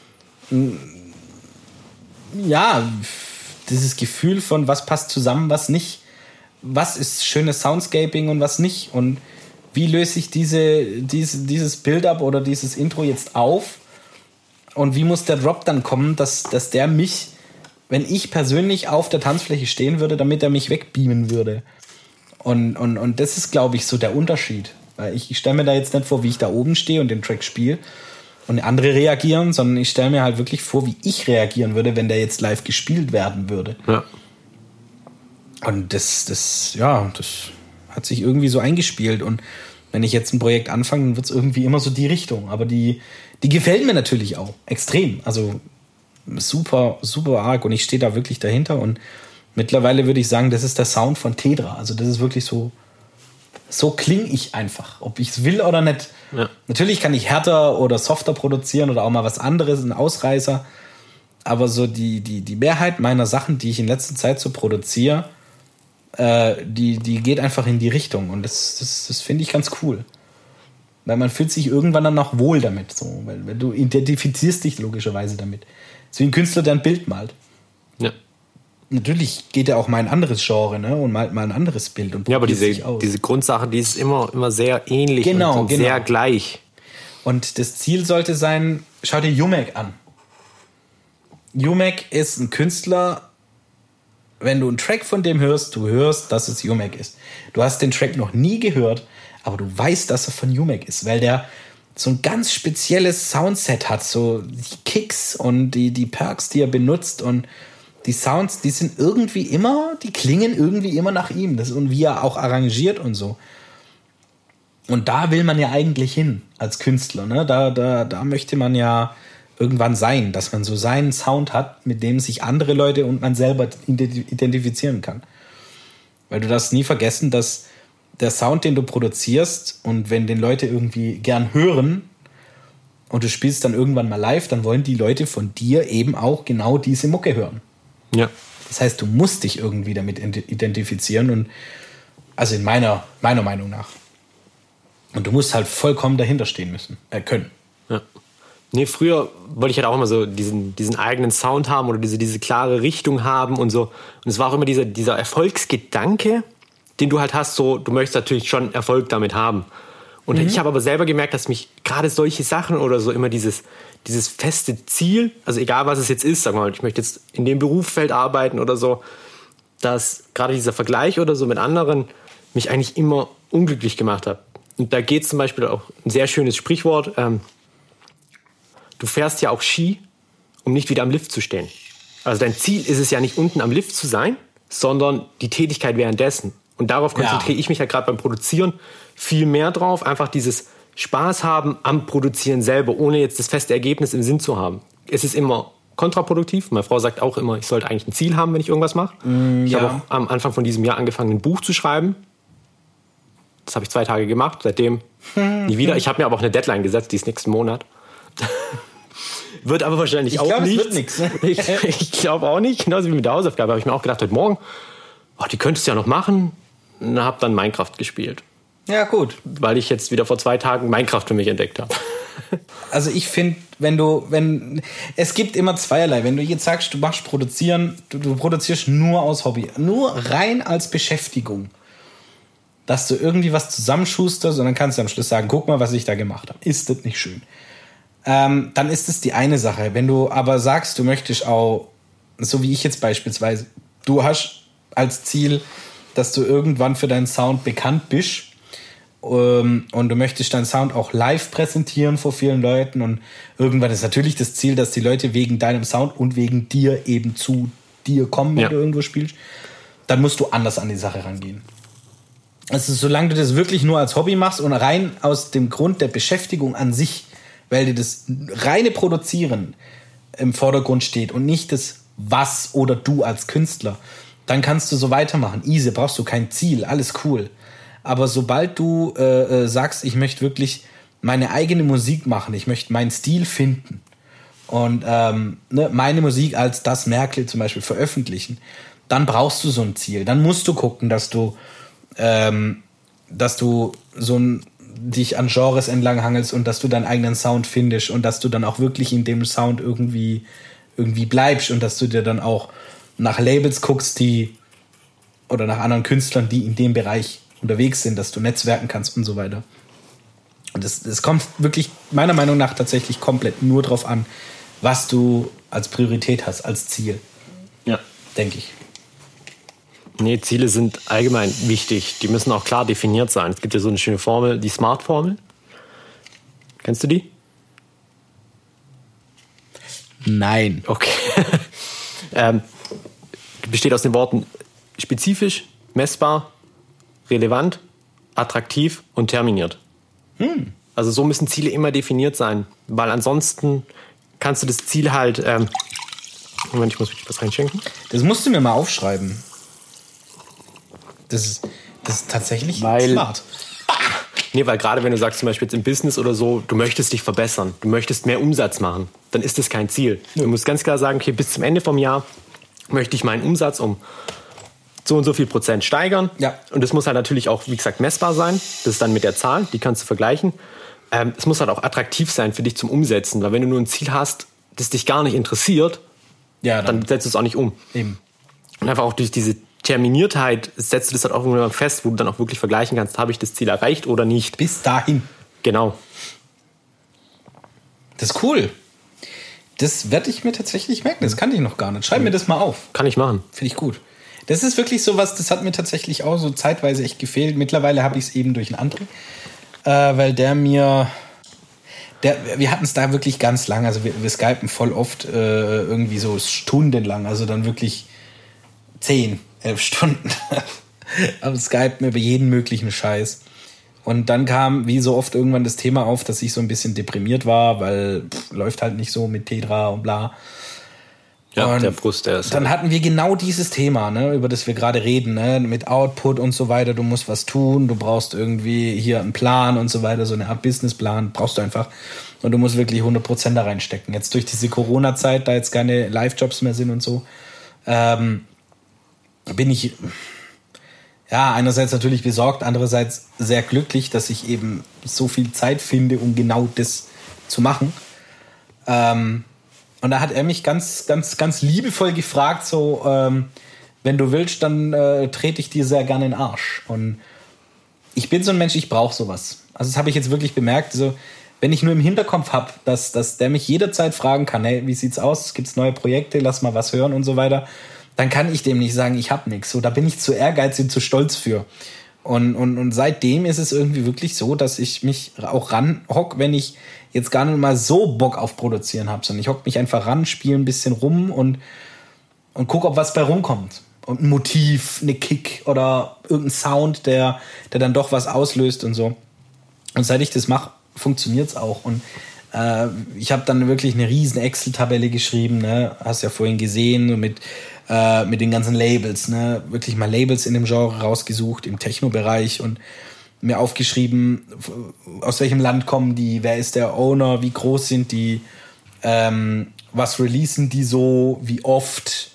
ja, dieses Gefühl von, was passt zusammen, was nicht, was ist schönes Soundscaping und was nicht und wie löse ich dieses Build-up oder dieses Intro jetzt auf und wie muss der Drop dann kommen, dass der mich, wenn ich persönlich auf der Tanzfläche stehen würde, damit er mich wegbeamen würde. Und das ist, glaube ich, so der Unterschied. Weil ich stelle mir da jetzt nicht vor, wie ich da oben stehe und den Track spiele und andere reagieren, sondern ich stelle mir halt wirklich vor, wie ich reagieren würde, wenn der jetzt live gespielt werden würde. Ja. Und das hat sich irgendwie so eingespielt. Und wenn ich jetzt ein Projekt anfange, dann wird es irgendwie immer so die Richtung. Aber die gefällt mir natürlich auch extrem. Also super, super arg. Und ich stehe da wirklich dahinter. Und mittlerweile würde ich sagen, das ist der Sound von Tedra. Also das ist wirklich so klinge ich einfach, ob ich es will oder nicht. Ja. Natürlich kann ich härter oder softer produzieren oder auch mal was anderes, ein Ausreißer. Aber so die Mehrheit meiner Sachen, die ich in letzter Zeit so produziere, die geht einfach in die Richtung. Und das finde ich ganz cool. Weil man fühlt sich irgendwann dann auch wohl damit. So. Weil du identifizierst dich logischerweise damit. So wie ein Künstler, der ein Bild malt. Ja. Natürlich geht er auch mal ein anderes Genre, ne? Und malt mal ein anderes Bild. Und ja, aber diese Grundsache, die ist immer sehr ähnlich und sehr gleich. Und das Ziel sollte sein, schau dir Jumek an. Jumek ist ein Künstler, wenn du einen Track von dem hörst, du hörst, dass es Jumek ist. Du hast den Track noch nie gehört, aber du weißt, dass er von Jumek ist, weil der so ein ganz spezielles Soundset hat, so die Kicks und die Perks, die er benutzt und die Sounds, die sind irgendwie immer, die klingen irgendwie immer nach ihm. Das und wie er auch arrangiert und so. Und da will man ja eigentlich hin als Künstler, ne? Da möchte man ja irgendwann sein, dass man so seinen Sound hat, mit dem sich andere Leute und man selber identifizieren kann. Weil du darfst nie vergessen, dass der Sound, den du produzierst und wenn den Leute irgendwie gern hören und du spielst dann irgendwann mal live, dann wollen die Leute von dir eben auch genau diese Mucke hören. Ja. Das heißt, du musst dich irgendwie damit identifizieren und also in meiner Meinung nach. Und du musst halt vollkommen dahinter stehen können. Ja. Nee, früher wollte ich halt auch immer so diesen eigenen Sound haben oder diese klare Richtung haben und so. Und es war auch immer dieser Erfolgsgedanke, den du halt hast, so, du möchtest natürlich schon Erfolg damit haben. Und ich habe aber selber gemerkt, dass mich gerade solche Sachen oder so immer dieses feste Ziel, also egal was es jetzt ist, sag mal, ich möchte jetzt in dem Berufsfeld arbeiten oder so, dass gerade dieser Vergleich oder so mit anderen mich eigentlich immer unglücklich gemacht hat. Und da geht zum Beispiel auch ein sehr schönes Sprichwort, du fährst ja auch Ski, um nicht wieder am Lift zu stehen. Also dein Ziel ist es ja nicht unten am Lift zu sein, sondern die Tätigkeit währenddessen. Und darauf konzentriere ich mich ja gerade beim Produzieren viel mehr drauf, einfach dieses Spaß haben am Produzieren selber, ohne jetzt das feste Ergebnis im Sinn zu haben. Es ist immer kontraproduktiv. Meine Frau sagt auch immer, ich sollte eigentlich ein Ziel haben, wenn ich irgendwas mache. Ich habe auch am Anfang von diesem Jahr angefangen, ein Buch zu schreiben. Das habe ich 2 Tage gemacht, seitdem nie wieder. Ich habe mir aber auch eine Deadline gesetzt, die ist nächsten Monat. Wird aber wahrscheinlich auch nicht. Es wird nichts. Ne? Ich glaube auch nicht. Genauso wie mit der Hausaufgabe habe ich mir auch gedacht, heute Morgen, die könntest du ja noch machen. Und habe dann Minecraft gespielt. Ja, gut. Weil ich jetzt wieder vor 2 Tagen Minecraft für mich entdeckt habe. Also ich finde, es gibt immer zweierlei. Wenn du jetzt sagst, du machst Produzieren, du produzierst nur aus Hobby, nur rein als Beschäftigung, dass du irgendwie was zusammenschusterst und dann kannst du am Schluss sagen, guck mal, was ich da gemacht habe. Ist das nicht schön? Dann ist es die eine Sache. Wenn du aber sagst, du möchtest auch, so wie ich jetzt beispielsweise, du hast als Ziel, dass du irgendwann für deinen Sound bekannt bist und du möchtest deinen Sound auch live präsentieren vor vielen Leuten und irgendwann ist natürlich das Ziel, dass die Leute wegen deinem Sound und wegen dir eben zu dir kommen, wenn du irgendwo spielst, dann musst du anders an die Sache rangehen. Also solange du das wirklich nur als Hobby machst und rein aus dem Grund der Beschäftigung an sich, weil dir das reine Produzieren im Vordergrund steht und nicht das Was oder du als Künstler, dann kannst du so weitermachen. Easy, brauchst du kein Ziel, alles cool. Aber sobald du sagst, ich möchte wirklich meine eigene Musik machen, ich möchte meinen Stil finden und meine Musik als das Merkle zum Beispiel veröffentlichen, dann brauchst du so ein Ziel. Dann musst du gucken, dass du dich an Genres entlang hangelst und dass du deinen eigenen Sound findest und dass du dann auch wirklich in dem Sound irgendwie bleibst und dass du dir dann auch nach Labels guckst, oder nach anderen Künstlern, die in dem Bereich unterwegs sind, dass du netzwerken kannst und so weiter. Und das kommt wirklich meiner Meinung nach tatsächlich komplett nur drauf an, was du als Priorität hast, als Ziel. Ja. Denke ich. Nee, Ziele sind allgemein wichtig. Die müssen auch klar definiert sein. Es gibt ja so eine schöne Formel, die SMART-Formel. Kennst du die? Nein. Okay. Besteht aus den Worten spezifisch, messbar, relevant, attraktiv und terminiert. Also so müssen Ziele immer definiert sein, weil ansonsten kannst du das Ziel halt... Moment, ich muss wirklich was reinschenken. Das musst du mir mal aufschreiben. Das ist tatsächlich smart. Nee, weil gerade wenn du sagst, zum Beispiel jetzt im Business oder so, du möchtest dich verbessern, du möchtest mehr Umsatz machen, dann ist das kein Ziel. Ja. Du musst ganz klar sagen, okay, bis zum Ende vom Jahr möchte ich meinen Umsatz um so und so viel Prozent steigern. Ja. Und das muss halt natürlich auch, wie gesagt, messbar sein. Das ist dann mit der Zahl, die kannst du vergleichen. Es muss halt auch attraktiv sein für dich zum Umsetzen, weil wenn du nur ein Ziel hast, das dich gar nicht interessiert, dann setzt du es auch nicht um. Eben. Und einfach auch durch diese Terminiertheit setzt du das halt auch irgendwann fest, wo du dann auch wirklich vergleichen kannst, habe ich das Ziel erreicht oder nicht. Bis dahin. Genau. Das ist cool. Das werde ich mir tatsächlich merken. Das kannte ich noch gar nicht. Schreib mir das mal auf. Kann ich machen. Finde ich gut. Das ist wirklich sowas, das hat mir tatsächlich auch so zeitweise echt gefehlt. Mittlerweile habe ich es eben durch einen anderen, weil der mir... wir hatten es da wirklich ganz lang, also wir skypen voll oft irgendwie so stundenlang, also dann wirklich 10, 11 Stunden am Skypen über jeden möglichen Scheiß. Und dann kam, wie so oft, irgendwann das Thema auf, dass ich so ein bisschen deprimiert war, weil läuft halt nicht so mit Petra und bla. Ja, und der Frust, der ist. Dann hatten wir genau dieses Thema, ne, über das wir gerade reden, ne, mit Output und so weiter. Du musst was tun, du brauchst irgendwie hier einen Plan und so weiter, so eine Art Businessplan brauchst du einfach. Und du musst wirklich 100% da reinstecken. Jetzt durch diese Corona-Zeit, da jetzt keine Live-Jobs mehr sind und so, bin ich einerseits natürlich besorgt, andererseits sehr glücklich, dass ich eben so viel Zeit finde, um genau das zu machen. Und da hat er mich ganz, ganz, ganz liebevoll gefragt, so, wenn du willst, dann trete ich dir sehr gerne in den Arsch. Und ich bin so ein Mensch, ich brauche sowas. Also das habe ich jetzt wirklich bemerkt. So, wenn ich nur im Hinterkopf habe, dass der mich jederzeit fragen kann, hey, wie sieht's aus? Gibt's neue Projekte? Lass mal was hören und so weiter. Dann kann ich dem nicht sagen, ich habe nichts. So, da bin ich zu ehrgeizig und zu stolz für. Und seitdem ist es irgendwie wirklich so, dass ich mich auch ranhock, wenn ich jetzt gar nicht mal so Bock auf Produzieren habe, sondern ich hock mich einfach ran, spiele ein bisschen rum und guck, ob was bei rumkommt. Und ein Motiv, eine Kick oder irgendein Sound, der dann doch was auslöst und so. Und seit ich das mache, funktioniert's auch. Und ich habe dann wirklich eine riesen Excel-Tabelle geschrieben, ne? Hast ja vorhin gesehen, mit den ganzen Labels, ne? Wirklich mal Labels in dem Genre rausgesucht, im Techno-Bereich und mir aufgeschrieben, aus welchem Land kommen die, wer ist der Owner, wie groß sind die, was releasen die so, wie oft,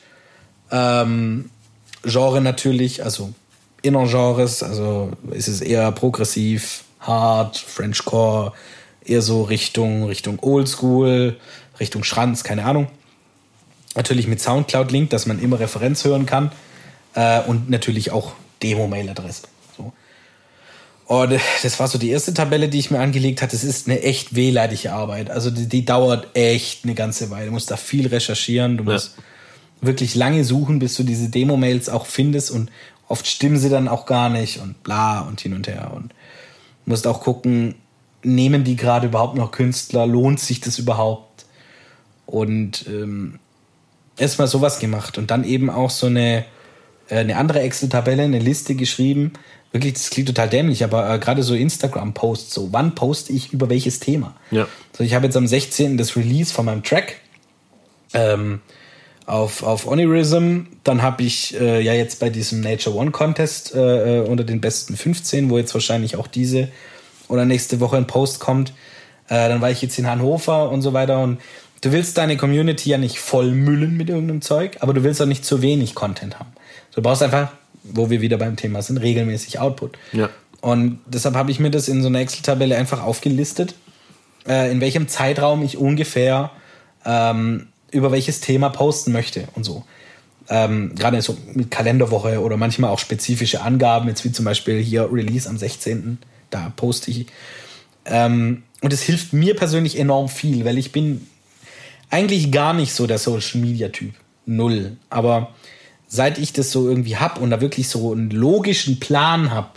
Genre natürlich, also Inner-Genres, also ist es eher progressiv, hard, Frenchcore, eher so Richtung Oldschool, Richtung Schranz, keine Ahnung. Natürlich mit Soundcloud-Link, dass man immer Referenz hören kann. Und natürlich auch Demo-Mail-Adresse. So. Und das war so die erste Tabelle, die ich mir angelegt hatte. Das ist eine echt wehleidige Arbeit. Also die dauert echt eine ganze Weile. Du musst da viel recherchieren. Du musst wirklich lange suchen, bis du diese Demo-Mails auch findest. Und oft stimmen sie dann auch gar nicht und bla und hin und her. Und du musst auch gucken, nehmen die gerade überhaupt noch Künstler? Lohnt sich das überhaupt? Und erstmal sowas gemacht und dann eben auch so eine andere Excel-Tabelle, eine Liste geschrieben. Wirklich, das klingt total dämlich, aber gerade so Instagram-Posts, so wann poste ich über welches Thema? Ja. So, ich habe jetzt am 16. das Release von meinem Track auf Onirism. Dann habe ich jetzt bei diesem Nature One Contest unter den besten 15, wo jetzt wahrscheinlich auch diese oder nächste Woche ein Post kommt. Dann war ich jetzt in Hannover und so weiter und du willst deine Community ja nicht vollmüllen mit irgendeinem Zeug, aber du willst auch nicht zu wenig Content haben. Du brauchst einfach, wo wir wieder beim Thema sind, regelmäßig Output. Ja. Und deshalb habe ich mir das in so einer Excel-Tabelle einfach aufgelistet, in welchem Zeitraum ich ungefähr über welches Thema posten möchte und so. Gerade so mit Kalenderwoche oder manchmal auch spezifische Angaben, jetzt wie zum Beispiel hier Release am 16., da poste ich. Und es hilft mir persönlich enorm viel, weil ich bin eigentlich gar nicht so der Social-Media-Typ. Null. Aber seit ich das so irgendwie hab und da wirklich so einen logischen Plan hab,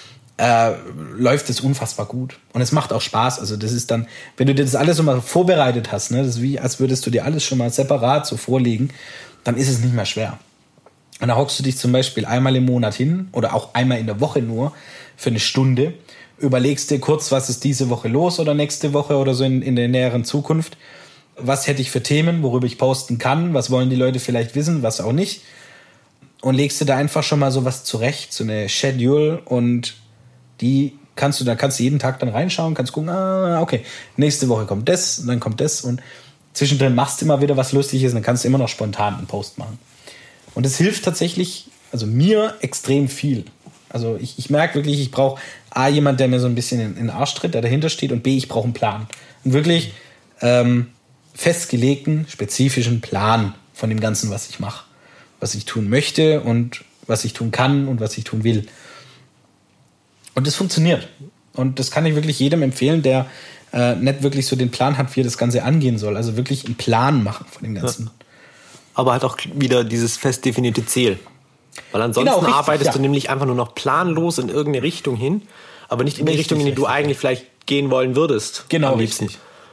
läuft es unfassbar gut. Und es macht auch Spaß. Also das ist dann, wenn du dir das alles so mal vorbereitet hast, ne, das ist wie, als würdest du dir alles schon mal separat so vorlegen, dann ist es nicht mehr schwer. Und da hockst du dich zum Beispiel einmal im Monat hin oder auch einmal in der Woche nur für eine Stunde, überlegst dir kurz, was ist diese Woche los oder nächste Woche oder so in der näheren Zukunft. Was hätte ich für Themen, worüber ich posten kann, was wollen die Leute vielleicht wissen, was auch nicht. Und legst dir da einfach schon mal so was zurecht, so eine Schedule und da kannst du jeden Tag dann reinschauen, kannst gucken, okay, nächste Woche kommt das und dann kommt das und zwischendrin machst du immer wieder was Lustiges und dann kannst du immer noch spontan einen Post machen. Und das hilft tatsächlich, also mir extrem viel. Also ich merke wirklich, ich brauche A, jemand, der mir so ein bisschen in den Arsch tritt, der dahinter steht und B, ich brauche einen Plan. Und wirklich festgelegten, spezifischen Plan von dem Ganzen, was ich mache. Was ich tun möchte und was ich tun kann und was ich tun will. Und das funktioniert. Und das kann ich wirklich jedem empfehlen, der nicht wirklich so den Plan hat, wie er das Ganze angehen soll. Also wirklich einen Plan machen von dem Ganzen. Ja. Aber halt auch wieder dieses fest definierte Ziel. Weil ansonsten genau, richtig, arbeitest du nämlich einfach nur noch planlos in irgendeine Richtung hin, aber nicht in die Richtung, in die du eigentlich vielleicht gehen wollen würdest. Genau, richtig.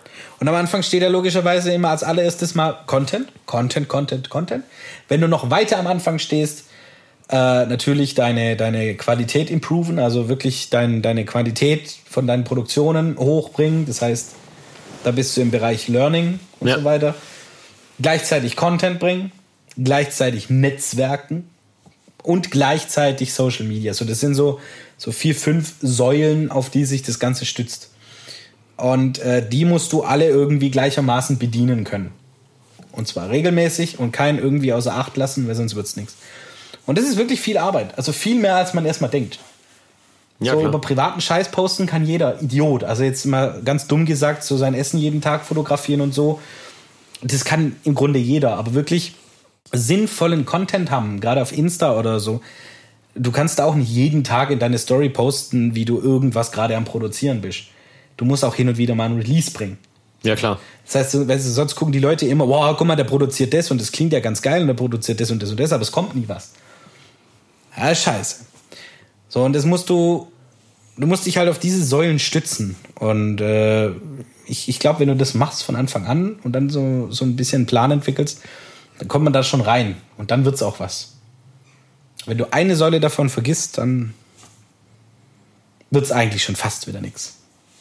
Und am Anfang steht ja logischerweise immer als allererstes mal Content. Wenn du noch weiter am Anfang stehst, natürlich deine Qualität improven, also wirklich deine Qualität von deinen Produktionen hochbringen. Das heißt, da bist du im Bereich Learning und so weiter. Gleichzeitig Content bringen, gleichzeitig Netzwerken und gleichzeitig Social Media. So, das sind so 4, 5 Säulen, auf die sich das Ganze stützt. Und die musst du alle irgendwie gleichermaßen bedienen können. Und zwar regelmäßig und keinen irgendwie außer Acht lassen, weil sonst wird's nichts. Und das ist wirklich viel Arbeit. Also viel mehr, als man erstmal denkt. Ja, so klar. Über privaten Scheiß posten kann jeder Idiot. Also jetzt mal ganz dumm gesagt, so sein Essen jeden Tag fotografieren und so. Das kann im Grunde jeder. Aber wirklich sinnvollen Content haben, gerade auf Insta oder so. Du kannst auch nicht jeden Tag in deine Story posten, wie du irgendwas gerade am Produzieren bist. Du musst auch hin und wieder mal ein Release bringen. Ja, klar. Das heißt, sonst gucken die Leute immer, wow, guck mal, der produziert das und das klingt ja ganz geil und der produziert das und das und das, aber es kommt nie was. Ja, scheiße. So, und das du musst dich halt auf diese Säulen stützen. Und ich glaube, wenn du das machst von Anfang an und dann so ein bisschen einen Plan entwickelst, dann kommt man da schon rein und dann wird's auch was. Wenn du eine Säule davon vergisst, dann wird's eigentlich schon fast wieder nichts.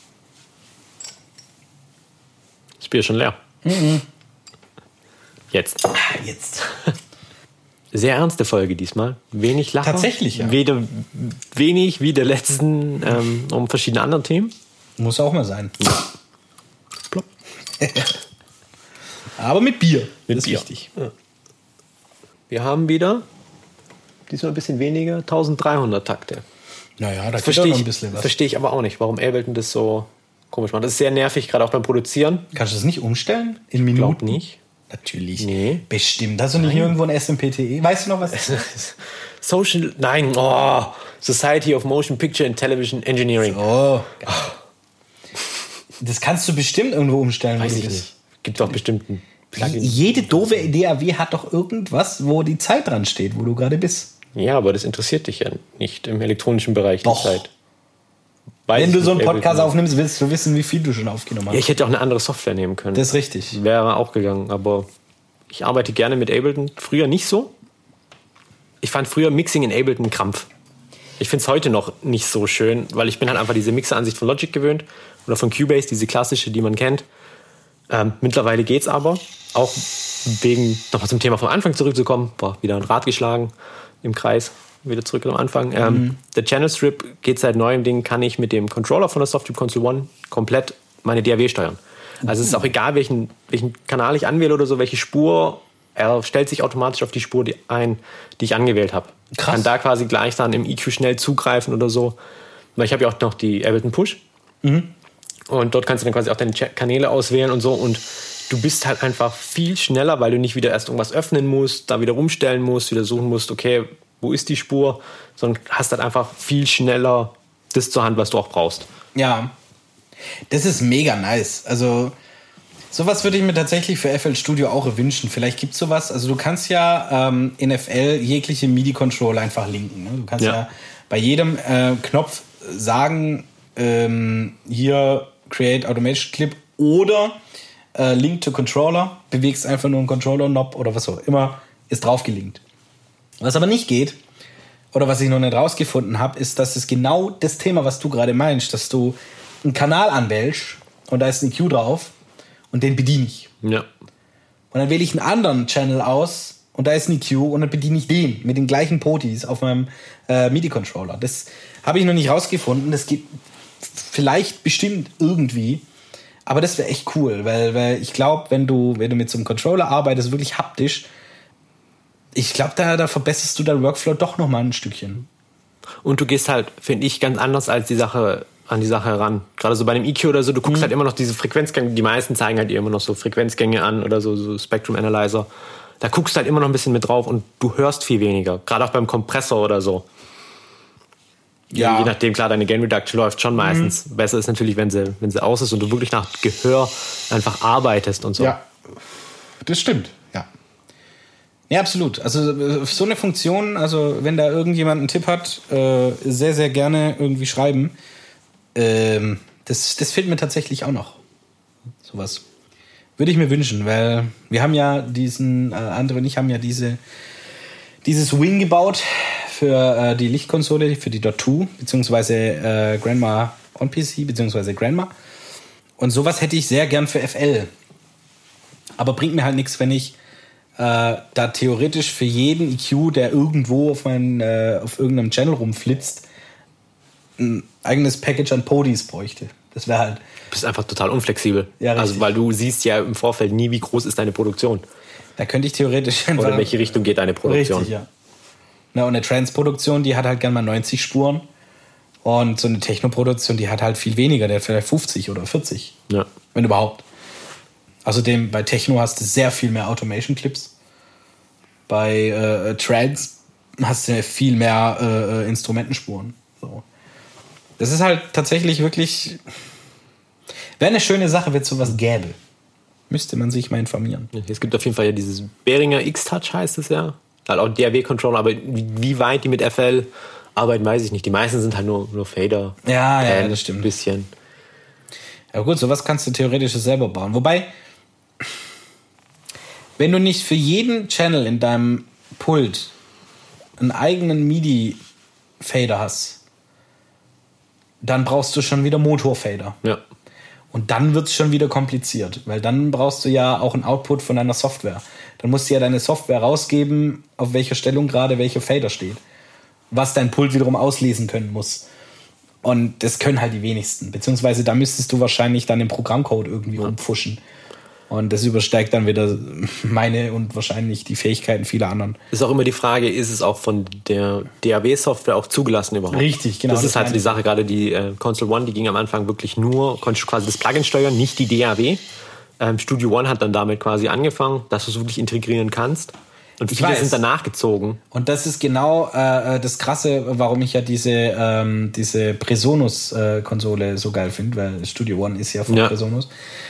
Das Bier ist schon leer. Jetzt. Sehr ernste Folge diesmal. Wenig Lachen. Tatsächlich, ja. Wenig wie der letzten um verschiedene andere Themen. Muss auch mal sein. Plopp. Aber mit Bier. Das ist wichtig. Ja. Wir haben wieder, diesmal ein bisschen weniger, 1300 Takte. Naja, da geht auch noch ein bisschen was. Verstehe ich aber auch nicht, warum Ableton das so komisch macht. Das ist sehr nervig, gerade auch beim Produzieren. Kannst du das nicht umstellen? In Minuten? Ich glaube nicht. Natürlich. Nee. Bestimmt. Hast du nicht irgendwo ein SMPTE? Weißt du noch was? Society of Motion Picture and Television Engineering. Oh. Das kannst du bestimmt irgendwo umstellen. Weiß ich nicht. Gibt doch bestimmt ein Plugin. Jede doofe DAW hat doch irgendwas, wo die Zeit dran steht, wo du gerade bist. Ja, aber das interessiert dich ja nicht im elektronischen Bereich. Doch. Die Zeit. Wenn du so einen Podcast aufnimmst, willst du wissen, wie viel du schon aufgenommen hast. Ja, ich hätte auch eine andere Software nehmen können. Das ist richtig. Wäre auch gegangen, aber ich arbeite gerne mit Ableton. Früher nicht so. Ich fand früher Mixing in Ableton ein Krampf. Ich finde es heute noch nicht so schön, weil ich bin halt einfach diese Mixeransicht von Logic gewöhnt oder von Cubase, diese klassische, die man kennt. Mittlerweile geht's aber. Auch wegen, nochmal zum Thema vom Anfang zurückzukommen, wieder ein Rad geschlagen im Kreis. Wieder zurück am Anfang. Der Channel Strip geht seit neuem Ding, kann ich mit dem Controller von der Softube Console One komplett meine DAW steuern. Also es ist auch egal, welchen Kanal ich anwähle oder so, welche Spur, er stellt sich automatisch auf die Spur ein, die ich angewählt habe. Krass. Kann da quasi gleich dann im EQ schnell zugreifen oder so. Weil ich habe ja auch noch die Ableton Push. Und dort kannst du dann quasi auch deine Kanäle auswählen und so. Und du bist halt einfach viel schneller, weil du nicht wieder erst irgendwas öffnen musst, da wieder rumstellen musst, wieder suchen musst, okay, wo ist die Spur, sondern hast halt einfach viel schneller das zur Hand, was du auch brauchst. Ja, das ist mega nice. Also sowas würde ich mir tatsächlich für FL Studio auch wünschen. Vielleicht gibt es sowas. Also du kannst ja in FL jegliche MIDI-Controller einfach linken. Ne? Du kannst ja bei jedem Knopf sagen, hier Create Automation Clip oder Link to Controller, bewegst einfach nur einen Controller-Knob oder was auch immer, ist draufgelinkt. Was aber nicht geht, oder was ich noch nicht rausgefunden habe, ist, dass es genau das Thema, was du gerade meinst, dass du einen Kanal anwählst und da ist ein EQ drauf und den bediene ich. Ja. Und dann wähle ich einen anderen Channel aus und da ist ein EQ und dann bediene ich den mit den gleichen Potis auf meinem MIDI-Controller. Das habe ich noch nicht rausgefunden. Das geht vielleicht bestimmt irgendwie. Aber das wäre echt cool, weil ich glaube, wenn du mit so einem Controller arbeitest, wirklich haptisch, ich glaube, da verbesserst du deinen Workflow doch nochmal ein Stückchen. Und du gehst halt, finde ich, ganz anders an die Sache heran. Gerade so bei einem EQ oder so, du guckst halt immer noch diese Frequenzgänge, die meisten zeigen halt immer noch so Frequenzgänge an oder so Spectrum Analyzer. Da guckst du halt immer noch ein bisschen mit drauf und du hörst viel weniger. Gerade auch beim Kompressor oder so. Ja. Je nachdem, klar, deine Gain Reduction läuft schon meistens. Besser ist natürlich, wenn sie aus ist und du wirklich nach Gehör einfach arbeitest und so. Ja, das stimmt, ja. Ja, absolut. Also so eine Funktion, also wenn da irgendjemand einen Tipp hat, sehr, sehr gerne irgendwie schreiben. Das fehlt mir tatsächlich auch noch. Sowas. Würde ich mir wünschen, weil wir haben ja Andre und ich haben ja dieses Wing gebaut für die Lichtkonsole, für die Dot 2, beziehungsweise Grandma on PC, beziehungsweise Grandma. Und sowas hätte ich sehr gern für FL. Aber bringt mir halt nichts, wenn ich da theoretisch für jeden EQ, der irgendwo auf irgendeinem Channel rumflitzt, ein eigenes Package an Podis bräuchte. Das wäre halt... Du bist einfach total unflexibel. Ja, also weil du siehst ja im Vorfeld nie, wie groß ist deine Produktion. Da könnte ich theoretisch einfach... Oder in welche Richtung geht deine Produktion. Richtig, ja. Na, und eine Trance-Produktion, die hat halt gerne mal 90 Spuren. Und so eine Techno-Produktion, die hat halt viel weniger. Der hat vielleicht 50 oder 40. Ja. Wenn überhaupt. Außerdem bei Techno hast du sehr viel mehr Automation-Clips. Bei Trance hast du viel mehr Instrumentenspuren. So. Das ist halt tatsächlich wirklich... Wäre eine schöne Sache, wenn es sowas gäbe. Müsste man sich mal informieren. Es gibt auf jeden Fall ja dieses Behringer X-Touch, heißt es ja. Halt auch DAW-Controller, aber wie weit die mit FL arbeiten, weiß ich nicht. Die meisten sind halt nur Fader. Ja, das stimmt. Ein bisschen. Ja gut, sowas kannst du theoretisch selber bauen. Wobei, wenn du nicht für jeden Channel in deinem Pult einen eigenen MIDI-Fader hast, dann brauchst du schon wieder Motorfader. Ja. Und dann wird es schon wieder kompliziert, weil dann brauchst du ja auch einen Output von deiner Software. Dann musst du ja deine Software rausgeben, auf welcher Stellung gerade welcher Fader steht. Was dein Pult wiederum auslesen können muss. Und das können halt die wenigsten. Beziehungsweise da müsstest du wahrscheinlich dann den Programmcode irgendwie umpfuschen. Und das übersteigt dann wieder meine und wahrscheinlich die Fähigkeiten vieler anderen. Ist auch immer die Frage, ist es auch von der DAW-Software auch zugelassen überhaupt? Richtig, genau. Das ist halt so die Sache, gerade die Console One, die ging am Anfang wirklich nur, konntest du quasi das Plugin steuern, nicht die DAW. Studio One hat dann damit quasi angefangen, dass du es wirklich integrieren kannst. Und viele sind danach gezogen. Und das ist genau das Krasse, warum ich ja diese Presonus-Konsole so geil finde, weil Studio One ist ja von Presonus.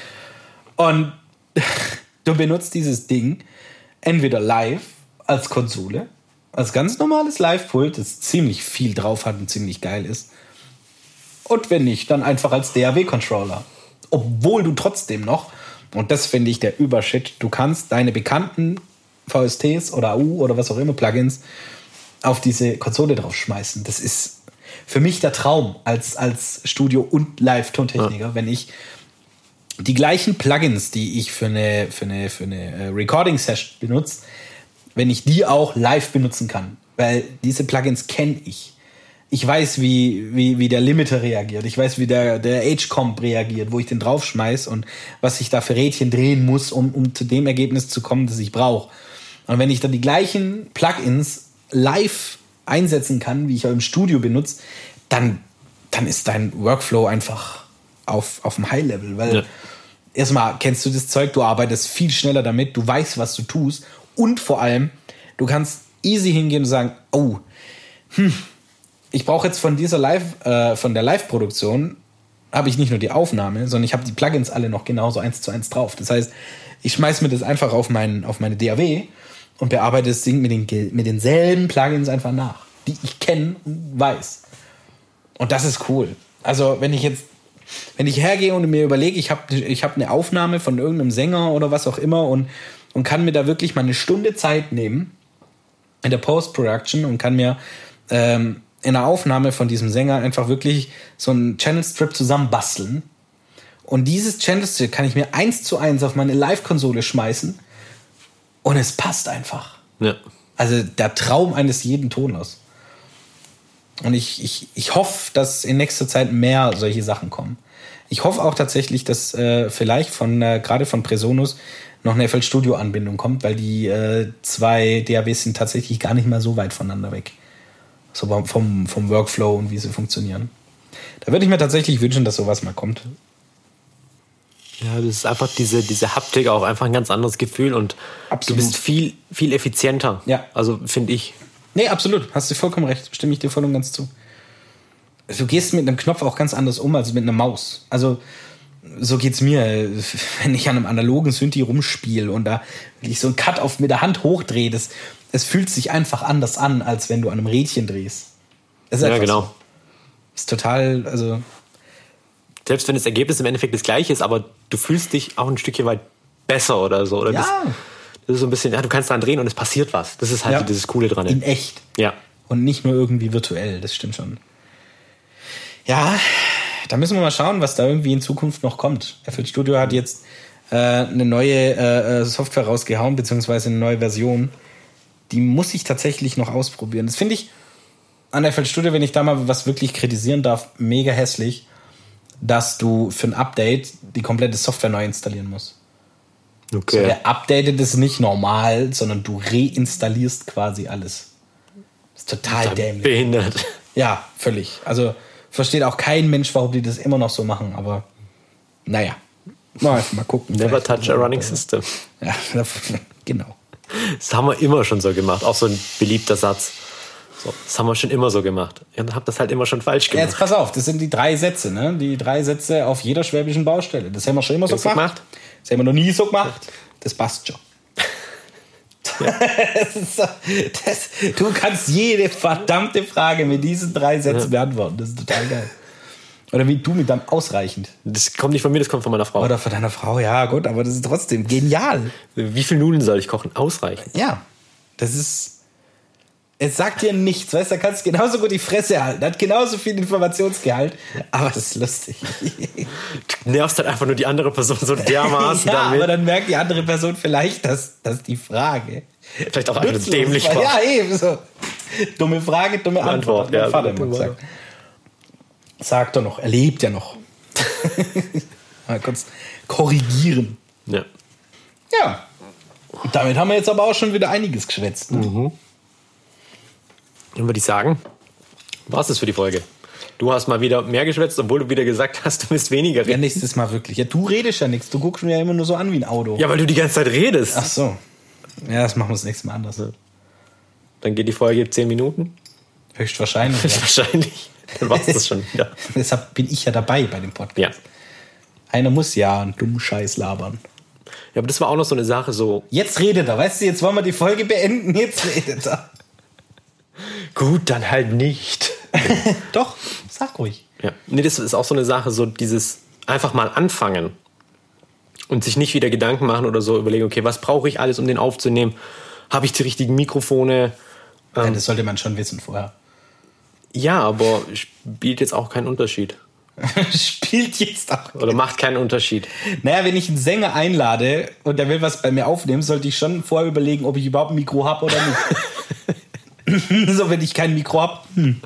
Und du benutzt dieses Ding entweder live als Konsole, als ganz normales Live-Pult, das ziemlich viel drauf hat und ziemlich geil ist. Und wenn nicht, dann einfach als DAW-Controller. Obwohl du trotzdem noch, und das finde ich der Übershit, du kannst deine bekannten VSTs oder AU oder was auch immer, Plugins, auf diese Konsole draufschmeißen. Das ist für mich der Traum als Studio- und Live-Tontechniker, wenn ich die gleichen Plugins, die ich für eine Recording-Session benutze, wenn ich die auch live benutzen kann. Weil diese Plugins kenne ich. Ich weiß, wie der Limiter reagiert. Ich weiß, wie der H-Comp reagiert, wo ich den draufschmeiß und was ich da für Rädchen drehen muss, um zu dem Ergebnis zu kommen, das ich brauche. Und wenn ich dann die gleichen Plugins live einsetzen kann, wie ich auch im Studio benutze, dann ist dein Workflow einfach auf dem High-Level. Weil erstmal kennst du das Zeug, du arbeitest viel schneller damit, du weißt, was du tust und vor allem, du kannst easy hingehen und sagen, oh, ich brauche jetzt von der Live-Produktion habe ich nicht nur die Aufnahme, sondern ich habe die Plugins alle noch genauso 1:1 drauf. Das heißt, ich schmeiß mir das einfach auf meine DAW und bearbeite das Ding mit denselben Plugins einfach nach, die ich kenne und weiß. Und das ist cool. Also wenn ich hergehe und mir überlege, ich hab eine Aufnahme von irgendeinem Sänger oder was auch immer und kann mir da wirklich mal eine Stunde Zeit nehmen in der Post-Production und kann mir in der Aufnahme von diesem Sänger einfach wirklich so einen Channel-Strip zusammenbasteln. Und dieses Channel-Strip kann ich mir 1:1 auf meine Live-Konsole schmeißen und es passt einfach. Ja. Also der Traum eines jeden Toners. Und ich hoffe, dass in nächster Zeit mehr solche Sachen kommen. Ich hoffe auch tatsächlich, dass vielleicht gerade von Presonus noch eine FL Studio-Anbindung kommt, weil die 2 DAWs sind tatsächlich gar nicht mal so weit voneinander weg. So vom Workflow und wie sie funktionieren. Da würde ich mir tatsächlich wünschen, dass sowas mal kommt. Ja, das ist einfach diese Haptik auch einfach ein ganz anderes Gefühl und absolut. Du bist viel, viel effizienter. Ja. Also finde ich. Nee, absolut. Hast du vollkommen recht. Stimme ich dir voll und ganz zu. Du gehst mit einem Knopf auch ganz anders um als mit einer Maus. Also so geht's mir, wenn ich an einem analogen Synthi rumspiele und da ich so einen Cut mit der Hand hochdrehe. Es fühlt sich einfach anders an, als wenn du an einem Rädchen drehst. Das ist ja, genau. So. Ist total, also... Selbst wenn das Ergebnis im Endeffekt das gleiche ist, aber du fühlst dich auch ein Stückchen weit besser oder so. Oder ja. Das ist so ein bisschen, du kannst dran drehen und es passiert was. Das ist halt dieses Coole dran. In echt. Ja. Und nicht nur irgendwie virtuell, das stimmt schon. Ja, da müssen wir mal schauen, was da irgendwie in Zukunft noch kommt. FL Studio hat jetzt eine neue Software rausgehauen, beziehungsweise eine neue Version. Die muss ich tatsächlich noch ausprobieren. Das finde ich an FL Studio, wenn ich da mal was wirklich kritisieren darf, mega hässlich, dass du für ein Update die komplette Software neu installieren musst. Okay. So, der updatet ist nicht normal, sondern du reinstallierst quasi alles. Das ist total dämlich. Behindert. Ja, völlig. Also versteht auch kein Mensch, warum die das immer noch so machen, aber naja. Mal gucken. Never touch a running system. Ja, genau. Das haben wir immer schon so gemacht. Auch so ein beliebter Satz. So, das haben wir schon immer so gemacht. Ja, dann habt das halt immer schon falsch gemacht. Jetzt pass auf, das sind die 3 Sätze, ne? Die 3 Sätze auf jeder schwäbischen Baustelle. Das haben wir schon immer so gemacht. Das haben wir noch nie so gemacht. Das passt schon. Ja. Du kannst jede verdammte Frage mit diesen 3 Sätzen beantworten. Das ist total geil. Oder wie du mit deinem ausreichend. Das kommt nicht von mir, das kommt von meiner Frau. Oder von deiner Frau, ja gut, aber das ist trotzdem genial. Wie viel Nudeln soll ich kochen? Ausreichend. Ja, das ist... Es sagt dir nichts, weißt du, da kannst du genauso gut die Fresse halten, hat genauso viel Informationsgehalt, aber das ist lustig. Du nervst halt einfach nur die andere Person so dermaßen ja, damit. Aber dann merkt die andere Person vielleicht, dass die Frage vielleicht auch einfach dämlich war. Ja, eben so. Dumme Frage, dumme Antwort. Ja, Vater immer gesagt. Sagt er noch, er lebt ja noch. Mal kurz korrigieren. Ja. Ja. Damit haben wir jetzt aber auch schon wieder einiges geschwätzt. Ne? Mhm. Dann würde ich sagen, war es das für die Folge. Du hast mal wieder mehr geschwätzt, obwohl du wieder gesagt hast, du bist weniger reden. Ja, nächstes Mal wirklich. Ja, du redest ja nichts. Du guckst mir ja immer nur so an wie ein Auto. Ja, weil du die ganze Zeit redest. Ach so. Ja, das machen wir das nächste Mal anders. Dann geht die Folge 10 Minuten. Höchstwahrscheinlich. Höchstwahrscheinlich. Dann war es das schon wieder. Deshalb bin ich ja dabei bei dem Podcast. Ja. Einer muss ja einen dummen Scheiß labern. Ja, aber das war auch noch so eine Sache, so... Jetzt redet er, weißt du, jetzt wollen wir die Folge beenden, jetzt redet er. Gut, dann halt nicht. Doch, sag ruhig. Ja. Nee, das ist auch so eine Sache, so dieses einfach mal anfangen und sich nicht wieder Gedanken machen oder so überlegen, okay, was brauche ich alles, um den aufzunehmen? Habe ich die richtigen Mikrofone? Ja, das sollte man schon wissen vorher. Ja, aber spielt jetzt auch keinen Unterschied. Spielt jetzt auch. Oder macht keinen Unterschied. Naja, wenn ich einen Sänger einlade und der will was bei mir aufnehmen, sollte ich schon vorher überlegen, ob ich überhaupt ein Mikro habe oder nicht. So, wenn ich kein Mikro habe,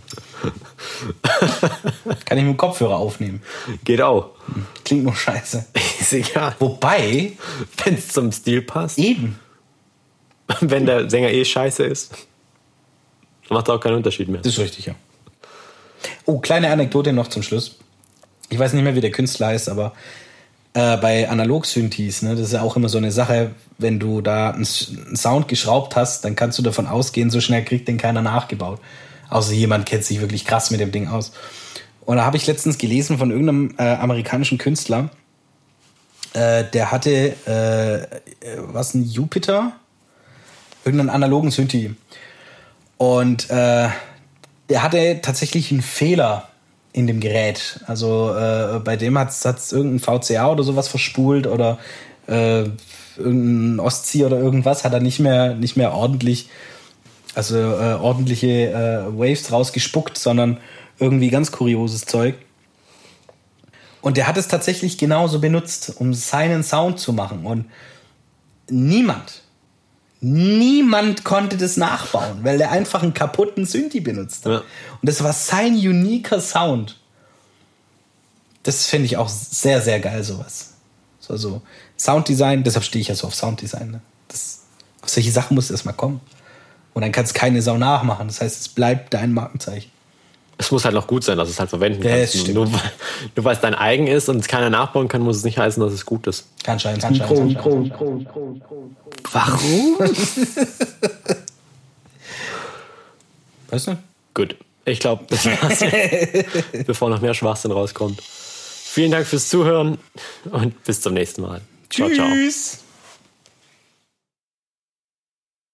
kann ich mit dem Kopfhörer aufnehmen. Geht auch. Klingt nur scheiße. Ist egal. Wobei, wenn es zum Stil passt. Eben. Wenn der Sänger scheiße ist, macht auch keinen Unterschied mehr. Das ist richtig, ja. Oh, kleine Anekdote noch zum Schluss. Ich weiß nicht mehr, wie der Künstler heißt, aber bei Analog-Synthes, ne, das ist ja auch immer so eine Sache, wenn du da einen Sound geschraubt hast, dann kannst du davon ausgehen, so schnell kriegt den keiner nachgebaut. Außer jemand kennt sich wirklich krass mit dem Ding aus. Und da habe ich letztens gelesen von irgendeinem amerikanischen Künstler, der hatte, ein Jupiter? Irgendeinen analogen Synthi. Und der hatte tatsächlich einen Fehler in dem Gerät. Also bei dem hat's irgendein VCA oder sowas verspult oder irgendein Ostsee oder irgendwas hat er nicht mehr ordentlich, also ordentliche Waves rausgespuckt, sondern irgendwie ganz kurioses Zeug. Und der hat es tatsächlich genauso benutzt, um seinen Sound zu machen. Und niemand konnte das nachbauen, weil der einfach einen kaputten Synthi benutzt hat. Ja. Und das war sein uniker Sound. Das finde ich auch sehr, sehr geil, sowas. So Sounddesign, deshalb stehe ich ja so auf Sounddesign. Ne? Auf solche Sachen muss es erstmal kommen. Und dann kann es keine Sau nachmachen. Das heißt, es bleibt dein Markenzeichen. Es muss halt noch gut sein, dass du es halt verwenden kannst. Ja, nur weil es dein eigen ist und es keiner nachbauen kann, muss es nicht heißen, dass es gut ist. Kann sein. Warum? Weißt du? Gut. Ich glaube, das war's jetzt, bevor noch mehr Schwachsinn rauskommt. Vielen Dank fürs Zuhören und bis zum nächsten Mal. Tschüss. Ciao, ciao.